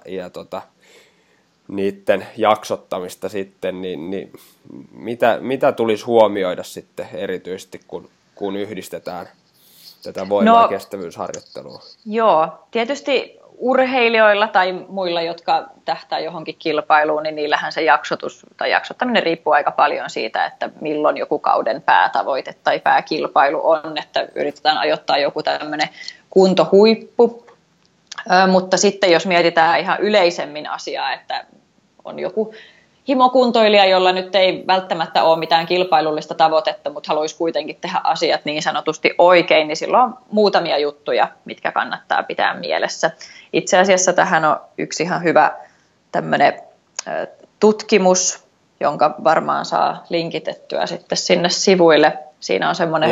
niiden jaksottamista sitten, niin mitä tulisi huomioida sitten erityisesti, kun yhdistetään tätä voima- ja kestävyysharjoittelua? Joo, tietysti urheilijoilla tai muilla, jotka tähtää johonkin kilpailuun, niin niillähän se jaksottaminen riippuu aika paljon siitä, että milloin joku kauden päätavoite tai pääkilpailu on, että yritetään ajoittaa joku tämmöinen kuntohuippu. Mutta sitten jos mietitään ihan yleisemmin asiaa, että on joku himokuntoilija, jolla nyt ei välttämättä ole mitään kilpailullista tavoitetta, mutta haluaisi kuitenkin tehdä asiat niin sanotusti oikein, niin silloin on muutamia juttuja, mitkä kannattaa pitää mielessä. Itse asiassa tähän on yksi ihan hyvä tämmöinen tutkimus, jonka varmaan saa linkitettyä sitten sinne sivuille. Siinä on semmoinen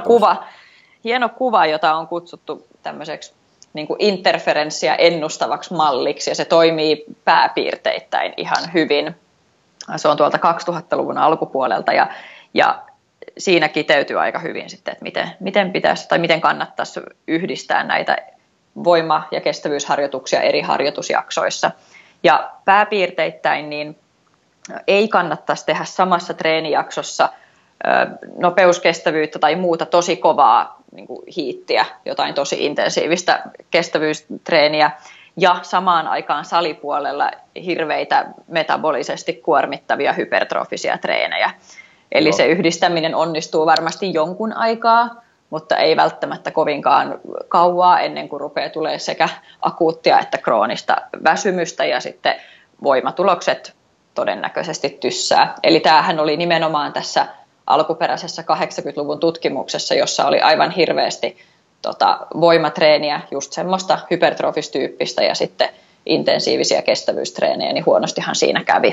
hieno kuva, jota on kutsuttu tämmöiseksi niin kuin interferenssiä ennustavaksi malliksi, ja se toimii pääpiirteittäin ihan hyvin. Se on tuolta 2000-luvun alkupuolelta, ja siinä kiteytyy aika hyvin sitten, että miten kannattaisi yhdistää näitä voima- ja kestävyysharjoituksia eri harjoitusjaksoissa. Ja pääpiirteittäin niin ei kannattaisi tehdä samassa treenijaksossa nopeuskestävyyttä tai muuta tosi kovaa niin kuin hiittiä, jotain tosi intensiivistä kestävyystreeniä, ja samaan aikaan salipuolella hirveitä metabolisesti kuormittavia hypertrofisia treenejä. Eli se yhdistäminen onnistuu varmasti jonkun aikaa, mutta ei välttämättä kovinkaan kauaa ennen kuin rupeaa tulee sekä akuuttia että kroonista väsymystä, ja sitten voimatulokset todennäköisesti tyssää. Eli tämähän oli nimenomaan tässä alkuperäisessä 80-luvun tutkimuksessa, jossa oli aivan hirveästi voimatreeniä, just semmoista hypertrofistyyppistä ja sitten intensiivisiä kestävyystreenejä, niin huonostihan siinä kävi.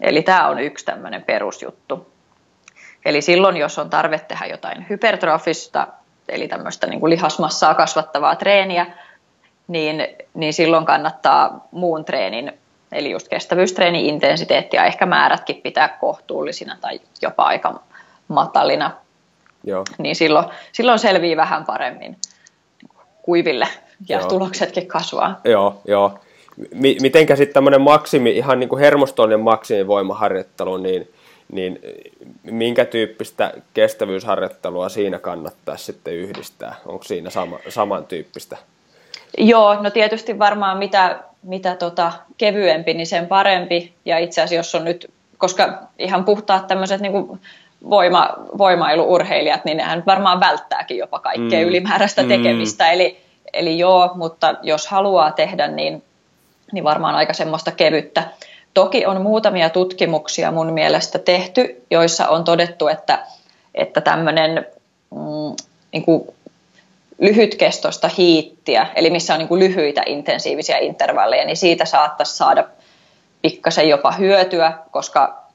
Eli tämä on yksi tämmöinen perusjuttu. Eli silloin, jos on tarve tehdä jotain hypertrofista, eli tämmöistä niin kuin lihasmassaa kasvattavaa treeniä, niin silloin kannattaa muun treenin, eli just kestävyystreeni, intensiteetti ja ehkä määrätkin pitää kohtuullisina tai jopa aika matalina. Joo. Niin silloin selvii vähän paremmin kuiville ja joo, tuloksetkin kasvaa. Joo. Mitenkä sitten tämmöinen ihan niin kuin hermostollinen maksimivoimaharjoittelu, niin minkä tyyppistä kestävyysharjoittelua siinä kannattaa sitten yhdistää? Onko siinä samantyyppistä? Joo, no tietysti varmaan mitä kevyempi, niin sen parempi. Ja itse asiassa jos on nyt, koska ihan puhtaat tämmöiset niin kuin voimailuurheilijat, niin nehän varmaan välttääkin jopa kaikkea ylimääräistä tekemistä. Eli joo, mutta jos haluaa tehdä, niin varmaan aika semmoista kevyttä. Toki on muutamia tutkimuksia mun mielestä tehty, joissa on todettu, että tämmöinen niin kuin lyhytkestoista hiittiä, eli missä on niin kuin lyhyitä intensiivisiä intervalleja, niin siitä saattaisi saada pikkasen jopa hyötyä, koska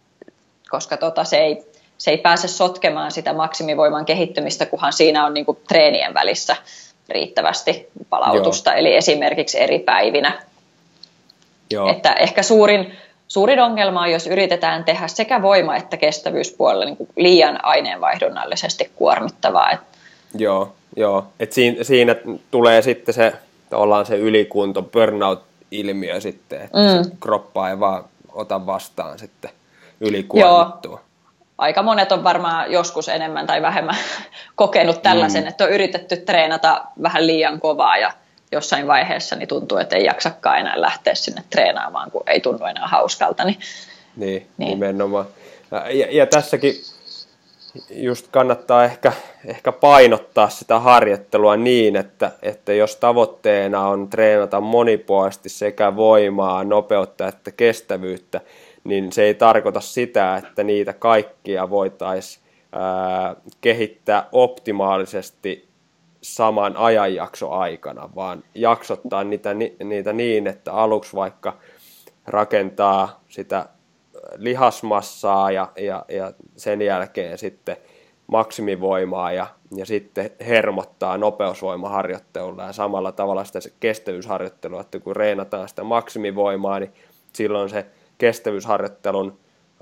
se ei pääse sotkemaan sitä maksimivoiman kehittymistä, kunhan siinä on niin kuin treenien välissä riittävästi palautusta, eli esimerkiksi eri päivinä. Joo. Että ehkä suurin ongelma on, jos yritetään tehdä sekä voima- että kestävyyspuolella niin kuin liian aineenvaihdunnallisesti kuormittavaa. Joo. Et siinä tulee sitten se ylikunto, burnout-ilmiö sitten, että se kroppa ei vaan ota vastaan sitten ylikuormittua. Joo. Aika monet on varmaan joskus enemmän tai vähemmän kokenut tällaisen, että on yritetty treenata vähän liian kovaa ja jossain vaiheessa niin tuntuu, että ei jaksakaan enää lähteä sinne treenaamaan, kun ei tunnu enää hauskalta. Niin. Nimenomaan. Ja tässäkin just kannattaa ehkä painottaa sitä harjoittelua niin, että jos tavoitteena on treenata monipuolisesti sekä voimaa, nopeutta että kestävyyttä, niin se ei tarkoita sitä, että niitä kaikkia voitaisiin kehittää optimaalisesti saman ajanjakso aikana, vaan jaksottaa niitä niin, että aluksi vaikka rakentaa sitä lihasmassaa ja sen jälkeen sitten maksimivoimaa ja sitten hermottaa nopeusvoimaharjoittelulla ja samalla tavalla sitä kestävyysharjoittelua, että kun reenataan sitä maksimivoimaa, niin silloin se kestävyysharjoittelun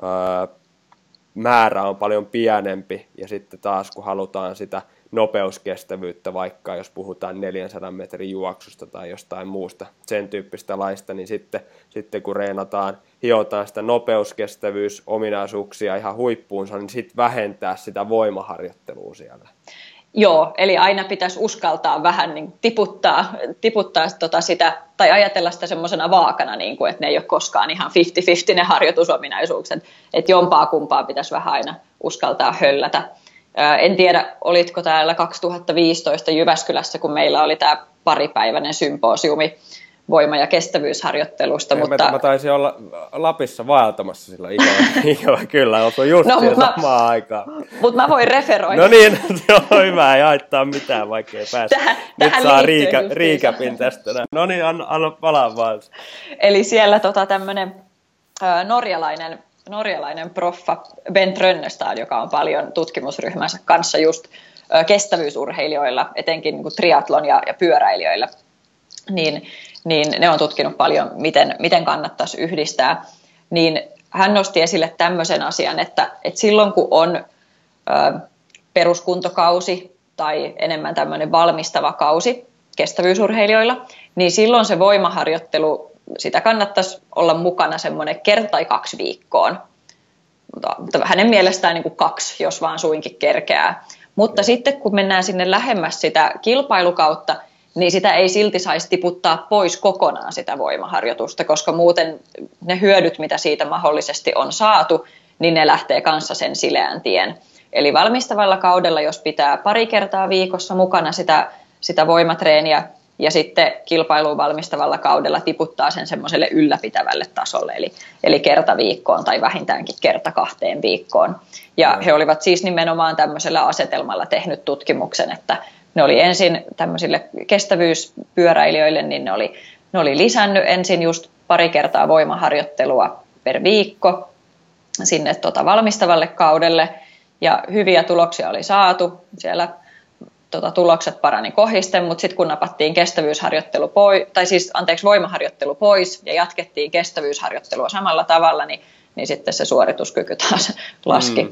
määrä on paljon pienempi ja sitten taas kun halutaan sitä nopeuskestävyyttä, vaikka jos puhutaan 400 metrin juoksusta tai jostain muusta sen tyyppistä laista, niin sitten kun hiotaan sitä nopeuskestävyysominaisuuksia ihan huippuunsa, niin sitten vähentää sitä voimaharjoittelua siellä. Joo, eli aina pitäisi uskaltaa vähän niin tiputtaa sitä, tai ajatella sitä semmoisena vaakana, niin kuin, että ne ei ole koskaan ihan 50-50 ne harjoitusominaisuukset, että jompaa kumpaa pitäisi vähän aina uskaltaa höllätä. En tiedä, olitko täällä 2015 Jyväskylässä, kun meillä oli tämä paripäiväinen symposiumi voima- ja kestävyysharjoittelusta. Mä taisin olla Lapissa vaeltamassa silloin ikävä kyllä, oltu just samaan aikaan. Mutta mä voin referoida. No niin, se on hyvä, ei haittaa mitään, vaikka ei pääse. Nyt saa riikäpin tästä. No niin, anna palaa vaan. Eli siellä tämmöinen norjalainen proffa Bent Rönnestad, joka on paljon tutkimusryhmänsä kanssa just kestävyysurheilijoilla, etenkin niin kuin triathlon ja pyöräilijöillä, niin ne on tutkinut paljon, miten kannattaisi yhdistää. Niin hän nosti esille tämmöisen asian, että silloin kun on peruskuntokausi tai enemmän tämmöinen valmistava kausi kestävyysurheilijoilla, niin silloin se voimaharjoittelu, sitä kannattaisi olla mukana semmoinen kerta tai 2 viikkoon. Mutta hänen mielestään niin kuin 2, jos vaan suinkin kerkeää. Mutta sitten kun mennään sinne lähemmäs sitä kilpailukautta, niin sitä ei silti saisi tiputtaa pois kokonaan sitä voimaharjoitusta, koska muuten ne hyödyt, mitä siitä mahdollisesti on saatu, niin ne lähtee kanssa sen sileän tien. Eli valmistavalla kaudella, jos pitää 2 kertaa viikossa mukana sitä voimatreeniä, ja sitten kilpailuun valmistavalla kaudella tiputtaa sen semmoiselle ylläpitävälle tasolle, eli kerta viikkoon tai vähintäänkin kerta 2 viikkoon. Ja he olivat siis nimenomaan tämmöisellä asetelmalla tehnyt tutkimuksen, että ne oli ensin tämmöisille kestävyyspyöräilijöille, niin ne oli lisännyt ensin just 2 kertaa voimaharjoittelua per viikko, sinne valmistavalle kaudelle ja hyviä tuloksia oli saatu. Siellä tulokset parani kohisten, mutta sitten kun napattiin kestävyysharjoittelu voimaharjoittelu pois ja jatkettiin kestävyysharjoittelua samalla tavalla, niin sitten se suorituskyky taas laski.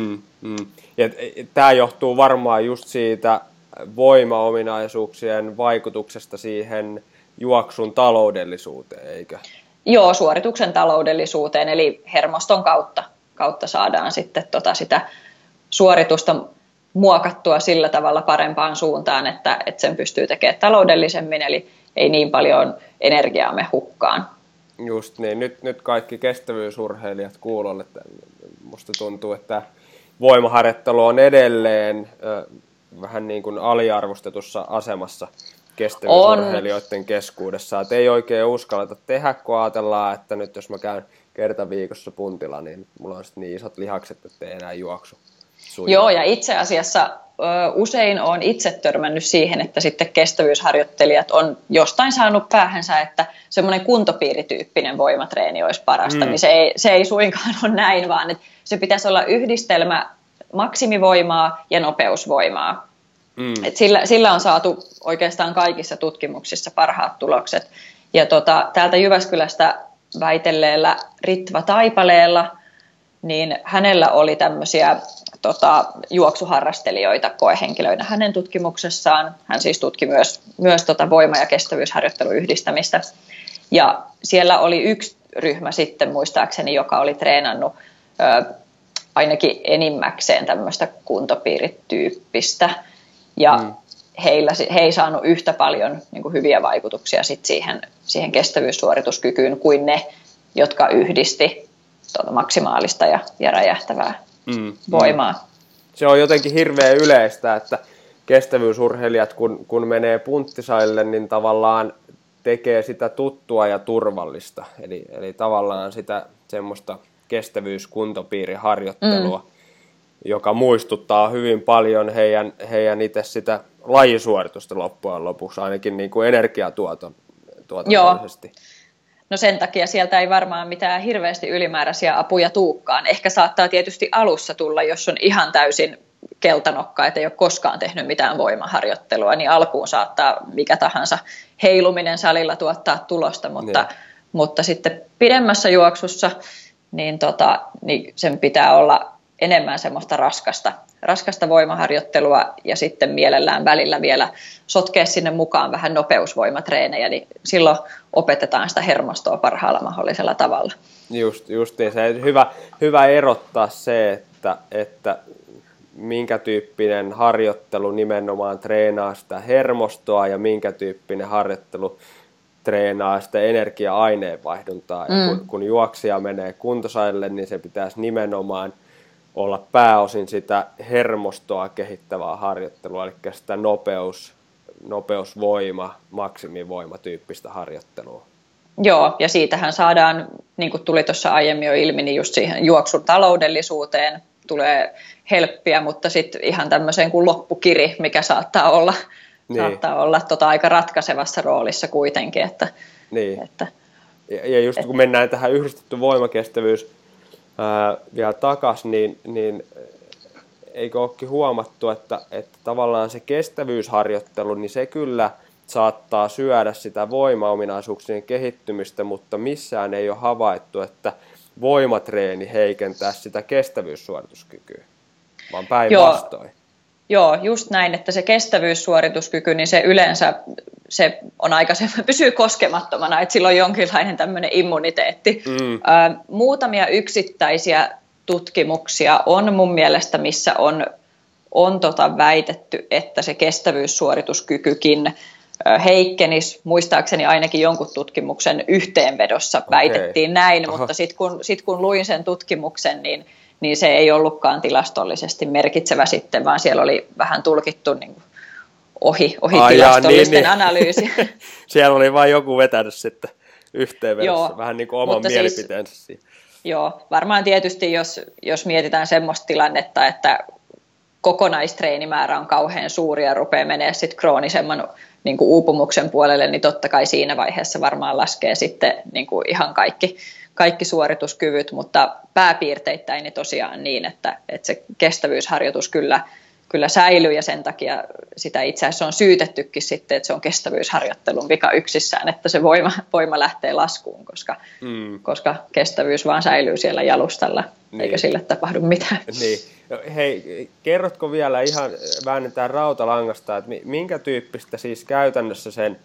Ja tämä johtuu varmaan just siitä voimaominaisuuksien vaikutuksesta siihen juoksun taloudellisuuteen, eikö? Joo, suorituksen taloudellisuuteen, eli hermoston kautta saadaan sitten sitä suoritusta muokattua sillä tavalla parempaan suuntaan, että sen pystyy tekemään taloudellisemmin, eli ei niin paljon energiaa me hukkaan. Just niin. Nyt kaikki kestävyysurheilijat kuulolle. Musta tuntuu, että voimaharjoittelu on edelleen vähän niin kuin aliarvostetussa asemassa kestävyysurheilijoiden keskuudessa. Et ei oikein uskalleta tehdä, kun ajatellaan, että nyt jos mä käyn kerta viikossa puntilla, niin mulla on sitten niin isot lihakset, että ei enää juoksu. Joo, ja itse asiassa usein olen itse törmännyt siihen, että sitten kestävyysharjoittelijat on jostain saanut päähänsä, että semmoinen kuntopiirityyppinen voimatreeni olisi parasta, niin se ei suinkaan ole näin, vaan että se pitäisi olla yhdistelmä maksimivoimaa ja nopeusvoimaa. Et sillä on saatu oikeastaan kaikissa tutkimuksissa parhaat tulokset. Ja täältä Jyväskylästä väitelleellä Ritva Taipaleella, niin hänellä oli tämmöisiä juoksuharrastelijoita koehenkilöinä hänen tutkimuksessaan. Hän siis tutki myös voima- ja kestävyysharjoittelun yhdistämistä. Ja siellä oli yksi ryhmä sitten muistaakseni, joka oli treenannut ainakin enimmäkseen tämmöistä kuntopiirityyppistä. Ja he ei saanut yhtä paljon niin kuin hyviä vaikutuksia sit siihen kestävyyssuorituskykyyn kuin ne, jotka yhdisti maksimaalista ja räjähtävää voimaa. Se on jotenkin hirveän yleistä, että kestävyysurheilijat, kun menee punttisalille, niin tavallaan tekee sitä tuttua ja turvallista. Eli tavallaan sitä semmoista kestävyyskuntopiiriharjoittelua, joka muistuttaa hyvin paljon heidän itse sitä lajisuoritusta loppujen lopuksi, ainakin niin kuin energiatuotannollisesti. No sen takia sieltä ei varmaan mitään hirveästi ylimääräisiä apuja tuukkaan. Ehkä saattaa tietysti alussa tulla, jos on ihan täysin keltanokka, että ei ole koskaan tehnyt mitään voimaharjoittelua, niin alkuun saattaa mikä tahansa heiluminen salilla tuottaa tulosta, mutta sitten pidemmässä juoksussa niin sen pitää olla enemmän semmoista raskasta voimaharjoittelua ja sitten mielellään välillä vielä sotkea sinne mukaan vähän nopeusvoimatreenejä, niin silloin opetetaan sitä hermostoa parhaalla mahdollisella tavalla. Justiin se hyvä erottaa se, että minkä tyyppinen harjoittelu nimenomaan treenaa sitä hermostoa ja minkä tyyppinen harjoittelu treenaa sitä energia-aineenvaihduntaa. Ja kun juoksija menee kuntosalille, niin se pitäisi nimenomaan olla pääosin sitä hermostoa kehittävää harjoittelua, eli sitä nopeusvoima, maksimivoimatyyppistä harjoittelua. Joo, ja siitähän saadaan, niin kuin tuli tuossa aiemmin jo ilmi, niin just siihen juoksun taloudellisuuteen tulee helppiä, mutta sitten ihan tämmöiseen kuin loppukiri, mikä saattaa olla aika ratkaisevassa roolissa kuitenkin. Että. Ja just kun mennään tähän yhdistetty voimakestävyys vielä takaisin, niin eikö olekin huomattu, että tavallaan se kestävyysharjoittelu, niin se kyllä saattaa syödä sitä voimaominaisuuksien kehittymistä, mutta missään ei ole havaittu, että voimatreeni heikentää sitä kestävyyssuorituskykyä, vaan päinvastoin. Joo, just näin, että se kestävyyssuorituskyky, niin se yleensä se on pysyy koskemattomana, että sillä on jonkinlainen tämmöinen immuniteetti. Muutamia yksittäisiä tutkimuksia on mun mielestä, missä on väitetty, että se kestävyyssuorituskykykin heikkenisi. Muistaakseni ainakin jonkun tutkimuksen yhteenvedossa väitettiin näin, mutta sitten kun luin sen tutkimuksen, niin se ei ollutkaan tilastollisesti merkitsevä sitten, vaan siellä oli vähän tulkittu niin kuin ohi tilastollisten analyysi. Siellä oli vain joku vetänyt sitten yhteenvedossa, vähän niin kuin oman mielipiteensä siihen. Joo, varmaan tietysti jos mietitään semmoista tilannetta, että kokonaistreenimäärä on kauhean suuri ja rupeaa menemään sitten kroonisemman niin kuin uupumuksen puolelle, niin totta kai siinä vaiheessa varmaan laskee sitten niin kuin ihan kaikki suorituskyvyt, mutta pääpiirteittäin niin tosiaan niin, että se kestävyysharjoitus kyllä säilyy ja sen takia sitä itse asiassa on syytettykin sitten, että se on kestävyysharjoittelun vika yksissään, että se voima lähtee laskuun, koska kestävyys vaan säilyy siellä jalustalla, eikä sille tapahdu mitään. Niin. No, hei, kerrotko vielä ihan, väännetään rautalangasta, että minkä tyyppistä siis käytännössä sen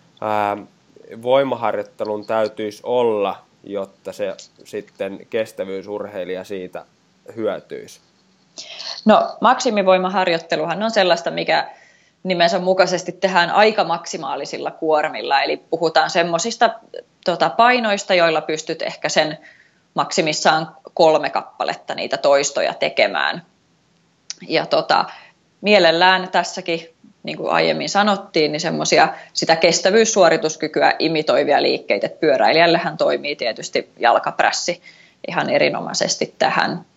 voimaharjoittelun täytyisi olla, jotta se sitten kestävyysurheilija siitä hyötyisi? No maksimivoimaharjoitteluhan on sellaista, mikä nimensä mukaisesti tehdään aika maksimaalisilla kuormilla, eli puhutaan semmoisista painoista, joilla pystyt ehkä sen maksimissaan 3 kappaletta niitä toistoja tekemään. Ja mielellään tässäkin, niin kuin aiemmin sanottiin, niin semmoisia sitä kestävyyssuorituskykyä imitoivia liikkeitä. Pyöräilijällähän toimii tietysti jalkaprässi ihan erinomaisesti tähän.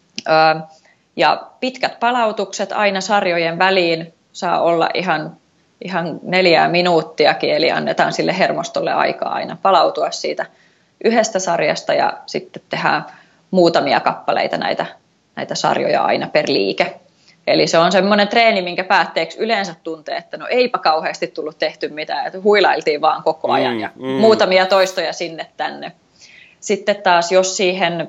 Ja pitkät palautukset aina sarjojen väliin saa olla ihan 4 minuuttiakin, eli annetaan sille hermostolle aikaa aina palautua siitä yhdestä sarjasta ja sitten tehdään muutamia kappaleita näitä sarjoja aina per liike. Eli se on semmoinen treeni, minkä päätteeksi yleensä tuntee, että no eipä kauheasti tullut tehty mitään, että huilailtiin vaan koko ajan ja muutamia toistoja sinne tänne. Sitten taas jos siihen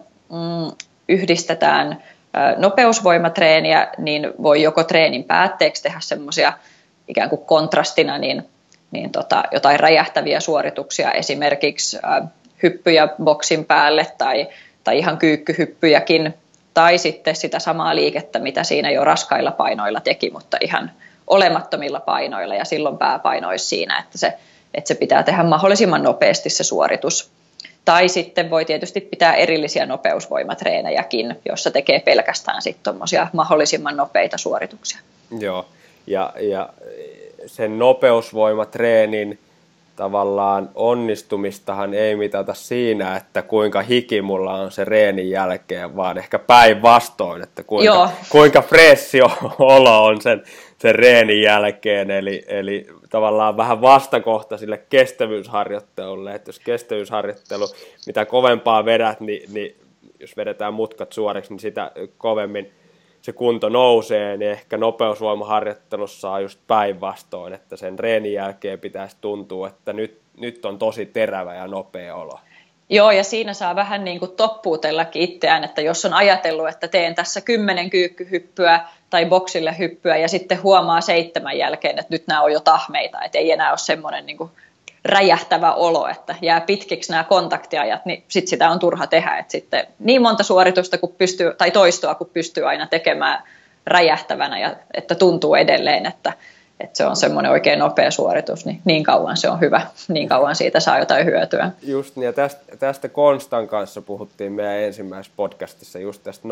yhdistetään nopeusvoimatreeniä, niin voi joko treenin päätteeksi tehdä semmoisia ikään kuin kontrastina jotain räjähtäviä suorituksia, esimerkiksi hyppyjä boksin päälle tai ihan kyykkyhyppyjäkin, tai sitten sitä samaa liikettä, mitä siinä jo raskailla painoilla teki, mutta ihan olemattomilla painoilla, ja silloin pääpaino olisi siinä, että se pitää tehdä mahdollisimman nopeasti se suoritus. Tai sitten voi tietysti pitää erillisiä nopeusvoimatreenejäkin, jossa tekee pelkästään sitten tuommoisia mahdollisimman nopeita suorituksia. Joo, ja sen nopeusvoimatreenin tavallaan onnistumistahan ei mitata siinä, että kuinka hiki mulla on se reenin jälkeen, vaan ehkä päinvastoin, että kuinka freshi olo on sen reenin jälkeen, eli tavallaan vähän vastakohta sille kestävyysharjoittelulle, että jos kestävyysharjoittelu, mitä kovempaa vedät, niin jos vedetään mutkat suoriksi, niin sitä kovemmin se kunto nousee, niin ehkä nopeusvoimaharjoittelussa on just päinvastoin, että sen reenin jälkeen pitäisi tuntua, että nyt on tosi terävä ja nopea olo. Joo, ja siinä saa vähän niin kuin toppuutellakin itseään, että jos on ajatellut, että teen tässä 10 kyykkyhyppyä tai boksille hyppyä ja sitten huomaa 7 jälkeen, että nyt nämä on jo tahmeita, että ei enää ole semmoinen niin kuin räjähtävä olo, että jää pitkiksi nämä kontaktiajat, niin sitten sitä on turha tehdä, että sitten niin monta suoritusta kuin pystyy, tai toistoa kuin pystyy aina tekemään räjähtävänä, ja että tuntuu edelleen, että se on semmoinen oikein nopea suoritus, niin kauan se on hyvä, niin kauan siitä saa jotain hyötyä. Just niin, ja tästä Konstan kanssa puhuttiin meidän ensimmäisessä podcastissa, just tästä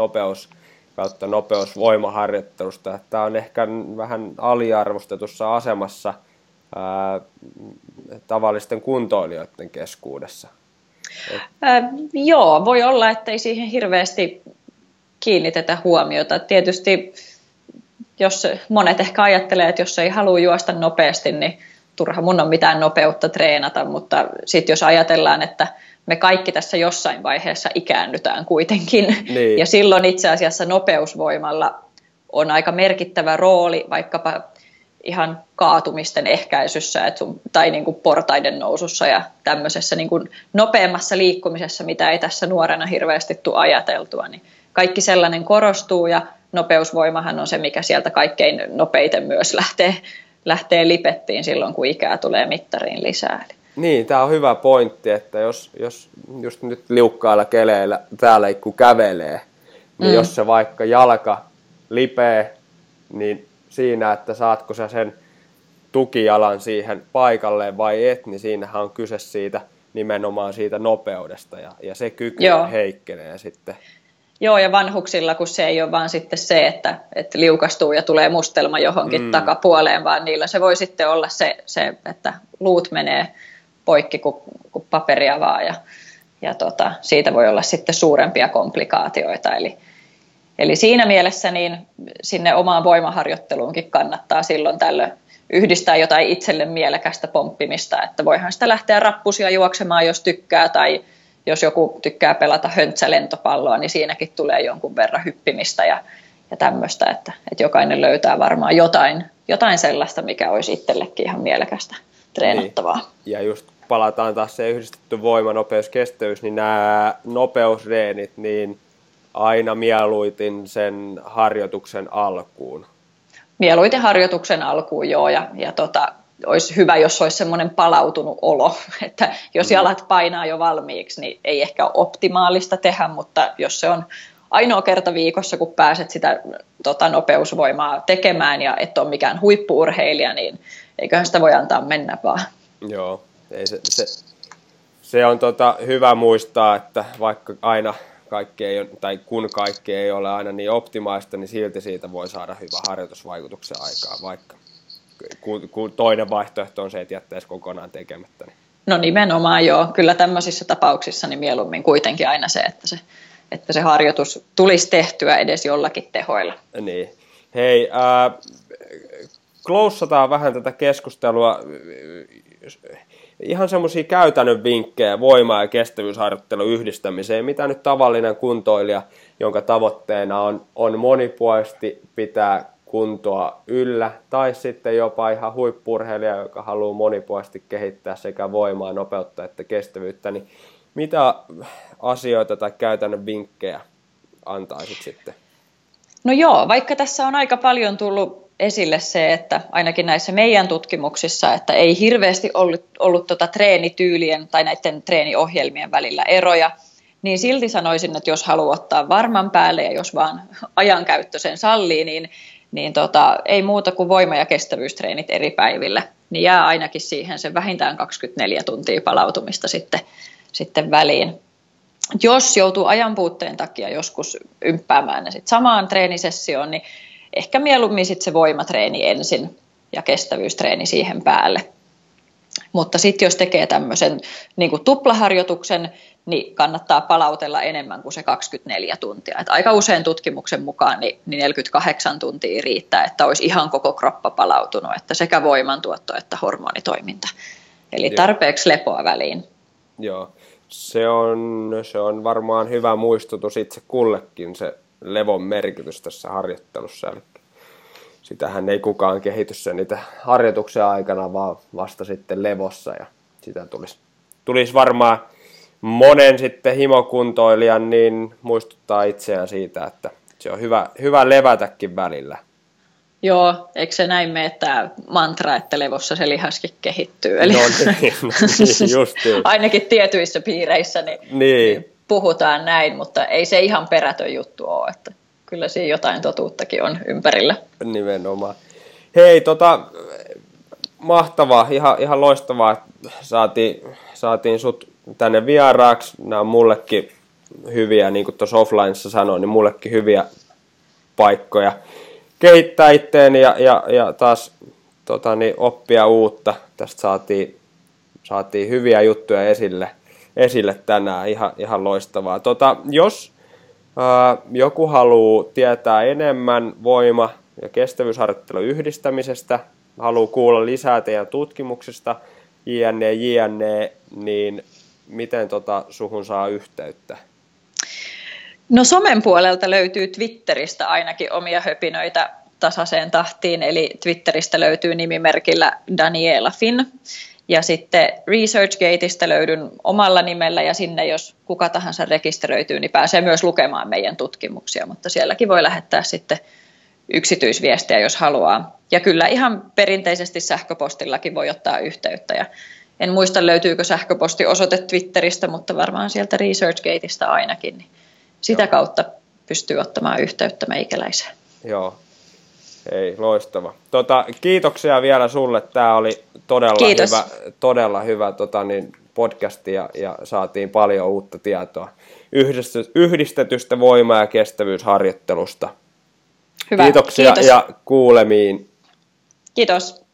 nopeusvoimaharjoittelusta, että tämä on ehkä vähän aliarvostetussa asemassa tavallisten kuntoilijoiden keskuudessa. Joo, voi olla, että ei siihen hirveästi kiinnitetä huomiota. Tietysti jos monet ehkä ajattelee, että jos ei halua juosta nopeasti, niin turha mun on mitään nopeutta treenata, mutta sitten jos ajatellaan, että me kaikki tässä jossain vaiheessa ikäännytään kuitenkin, niin. Ja silloin itse asiassa nopeusvoimalla on aika merkittävä rooli vaikkapa ihan kaatumisten ehkäisyssä tai niin kuin portaiden nousussa ja tämmöisessä niin kuin nopeammassa liikkumisessa, mitä ei tässä nuorena hirveästi tule ajateltua, niin kaikki sellainen korostuu ja nopeusvoimahan on se, mikä sieltä kaikkein nopeiten myös lähtee lipettiin silloin, kun ikää tulee mittariin lisää. Niin, tämä on hyvä pointti, että jos just nyt liukkailla keleillä täällä kun kävelee, niin jos se vaikka jalka lipee, niin siinä, että saatko sä sen tukijalan siihen paikalleen vai et, niin siinähän on kyse siitä nimenomaan siitä nopeudesta ja se kyky heikkenee sitten. Joo, ja vanhuksilla, kun se ei ole vaan sitten se, että liukastuu ja tulee mustelma johonkin takapuoleen, vaan niillä se voi sitten olla se että luut menee poikki kuin paperia vaan, ja siitä voi olla sitten suurempia komplikaatioita. Eli siinä mielessä niin sinne omaan voimaharjoitteluunkin kannattaa silloin tällöin yhdistää jotain itselle mielekästä pomppimista, että voihan sitä lähteä rappusia juoksemaan, jos tykkää, tai jos joku tykkää pelata höntsäilentopalloa, niin siinäkin tulee jonkun verran hyppimistä ja tämmöistä, että jokainen löytää varmaan jotain sellaista, mikä olisi itsellekin ihan mielekästä treenattavaa. Niin. Ja just palataan taas se yhdistetty voima, nopeus, kestävyys, niin nämä nopeusreenit, niin aina mieluitin sen harjoituksen alkuun. Mieluiten harjoituksen alkuun, joo, ja olisi hyvä, jos olisi semmoinen palautunut olo, että jos jalat painaa jo valmiiksi, niin ei ehkä ole optimaalista tehdä, mutta jos se on ainoa kerta viikossa, kun pääset sitä nopeusvoimaa tekemään ja et ole mikään huippu-urheilija, niin eiköhän sitä voi antaa mennä vaan. Joo, ei se on hyvä muistaa, että vaikka aina kaikki ei ole, tai kun kaikki ei ole aina niin optimaista, niin silti siitä voi saada hyvä harjoitusvaikutuksen aikaa, vaikka kun toinen vaihtoehto on se, että jättäisi kokonaan tekemättä. No nimenomaan joo, kyllä tämmöisissä tapauksissa niin mieluummin kuitenkin aina se, että se harjoitus tulisi tehtyä edes jollakin tehoilla. Niin. Hei, closataan vähän tätä keskustelua. Ihan semmoisia käytännön vinkkejä voima- ja kestävyysharjoittelun yhdistämiseen, mitä nyt tavallinen kuntoilija, jonka tavoitteena on monipuolisesti pitää kuntoa yllä, tai sitten jopa ihan huippu-urheilija, joka haluaa monipuolisesti kehittää sekä voimaa, nopeutta että kestävyyttä, niin mitä asioita tai käytännön vinkkejä antaisit sitten? No joo, vaikka tässä on aika paljon tullut esille se, että ainakin näissä meidän tutkimuksissa, että ei hirveästi ollut treenityylien tai näiden treeniohjelmien välillä eroja, niin silti sanoisin, että jos haluaa ottaa varman päälle ja jos vaan ajankäyttö sen sallii, niin ei muuta kuin voima- ja kestävyystreenit eri päivillä, niin jää ainakin siihen se vähintään 24 tuntia palautumista sitten väliin. Jos joutuu ajanpuutteen takia joskus ymppäämään ne sitten samaan treenisessioon, niin ehkä mieluummin sitten se voimatreeni ensin ja kestävyystreeni siihen päälle. Mutta sitten jos tekee tämmöisen niin kuin tuplaharjoituksen, niin kannattaa palautella enemmän kuin se 24 tuntia. Et aika usein tutkimuksen mukaan niin 48 tuntia riittää, että olisi ihan koko kroppa palautunut, että sekä voimantuotto että hormonitoiminta. Eli tarpeeksi lepoa väliin. Joo, se on varmaan hyvä muistutus itse kullekin se levon merkitys tässä harjoittelussa. Eli sitähän ei kukaan kehity sen niitä harjoituksen aikana, vaan vasta sitten levossa. Ja sitä tulisi varmaan monen sitten himokuntoilijan niin muistuttaa itseään siitä, että se on hyvä levätäkin välillä. Joo, eikö se näin mene tämä mantra, että levossa se lihaskin kehittyy? Eli no niin justiin. Ainakin tietyissä piireissä niin puhutaan näin, mutta ei se ihan perätön juttu ole, että kyllä siinä jotain totuuttakin on ympärillä. Nimenomaan. Hei, mahtavaa, ihan loistavaa, että saatiin sut tänne vieraaksi. Nämä on mullekin hyviä, niin kuin tuossa offlineissa sanoin, niin mullekin hyviä paikkoja kehittää itteeni ja taas oppia uutta. Tästä saatiin hyviä juttuja esille tänään, ihan loistavaa. Jos joku haluaa tietää enemmän voima- ja kestävyysharjoittelun yhdistämisestä, haluaa kuulla lisää teidän tutkimuksista, jne, niin miten suhun saa yhteyttä? No somen puolelta löytyy Twitteristä ainakin omia höpinöitä tasaiseen tahtiin, eli Twitteristä löytyy nimimerkillä Daniela Finn. Ja sitten ResearchGateista löydyn omalla nimellä ja sinne jos kuka tahansa rekisteröityy, niin pääsee myös lukemaan meidän tutkimuksia, mutta sielläkin voi lähettää sitten yksityisviestiä, jos haluaa. Ja kyllä ihan perinteisesti sähköpostillakin voi ottaa yhteyttä. Ja en muista löytyykö sähköpostiosoite Twitteristä, mutta varmaan sieltä ResearchGateista ainakin. Niin sitä kautta pystyy ottamaan yhteyttä meikäläiseen. Joo. Ei, loistava. Kiitoksia vielä sulle. Tämä oli todella hyvä podcasti ja saatiin paljon uutta tietoa yhdistetystä voima- ja kestävyysharjoittelusta. Hyvä. Kiitoksia. Kiitos. Ja kuulemiin. Kiitos.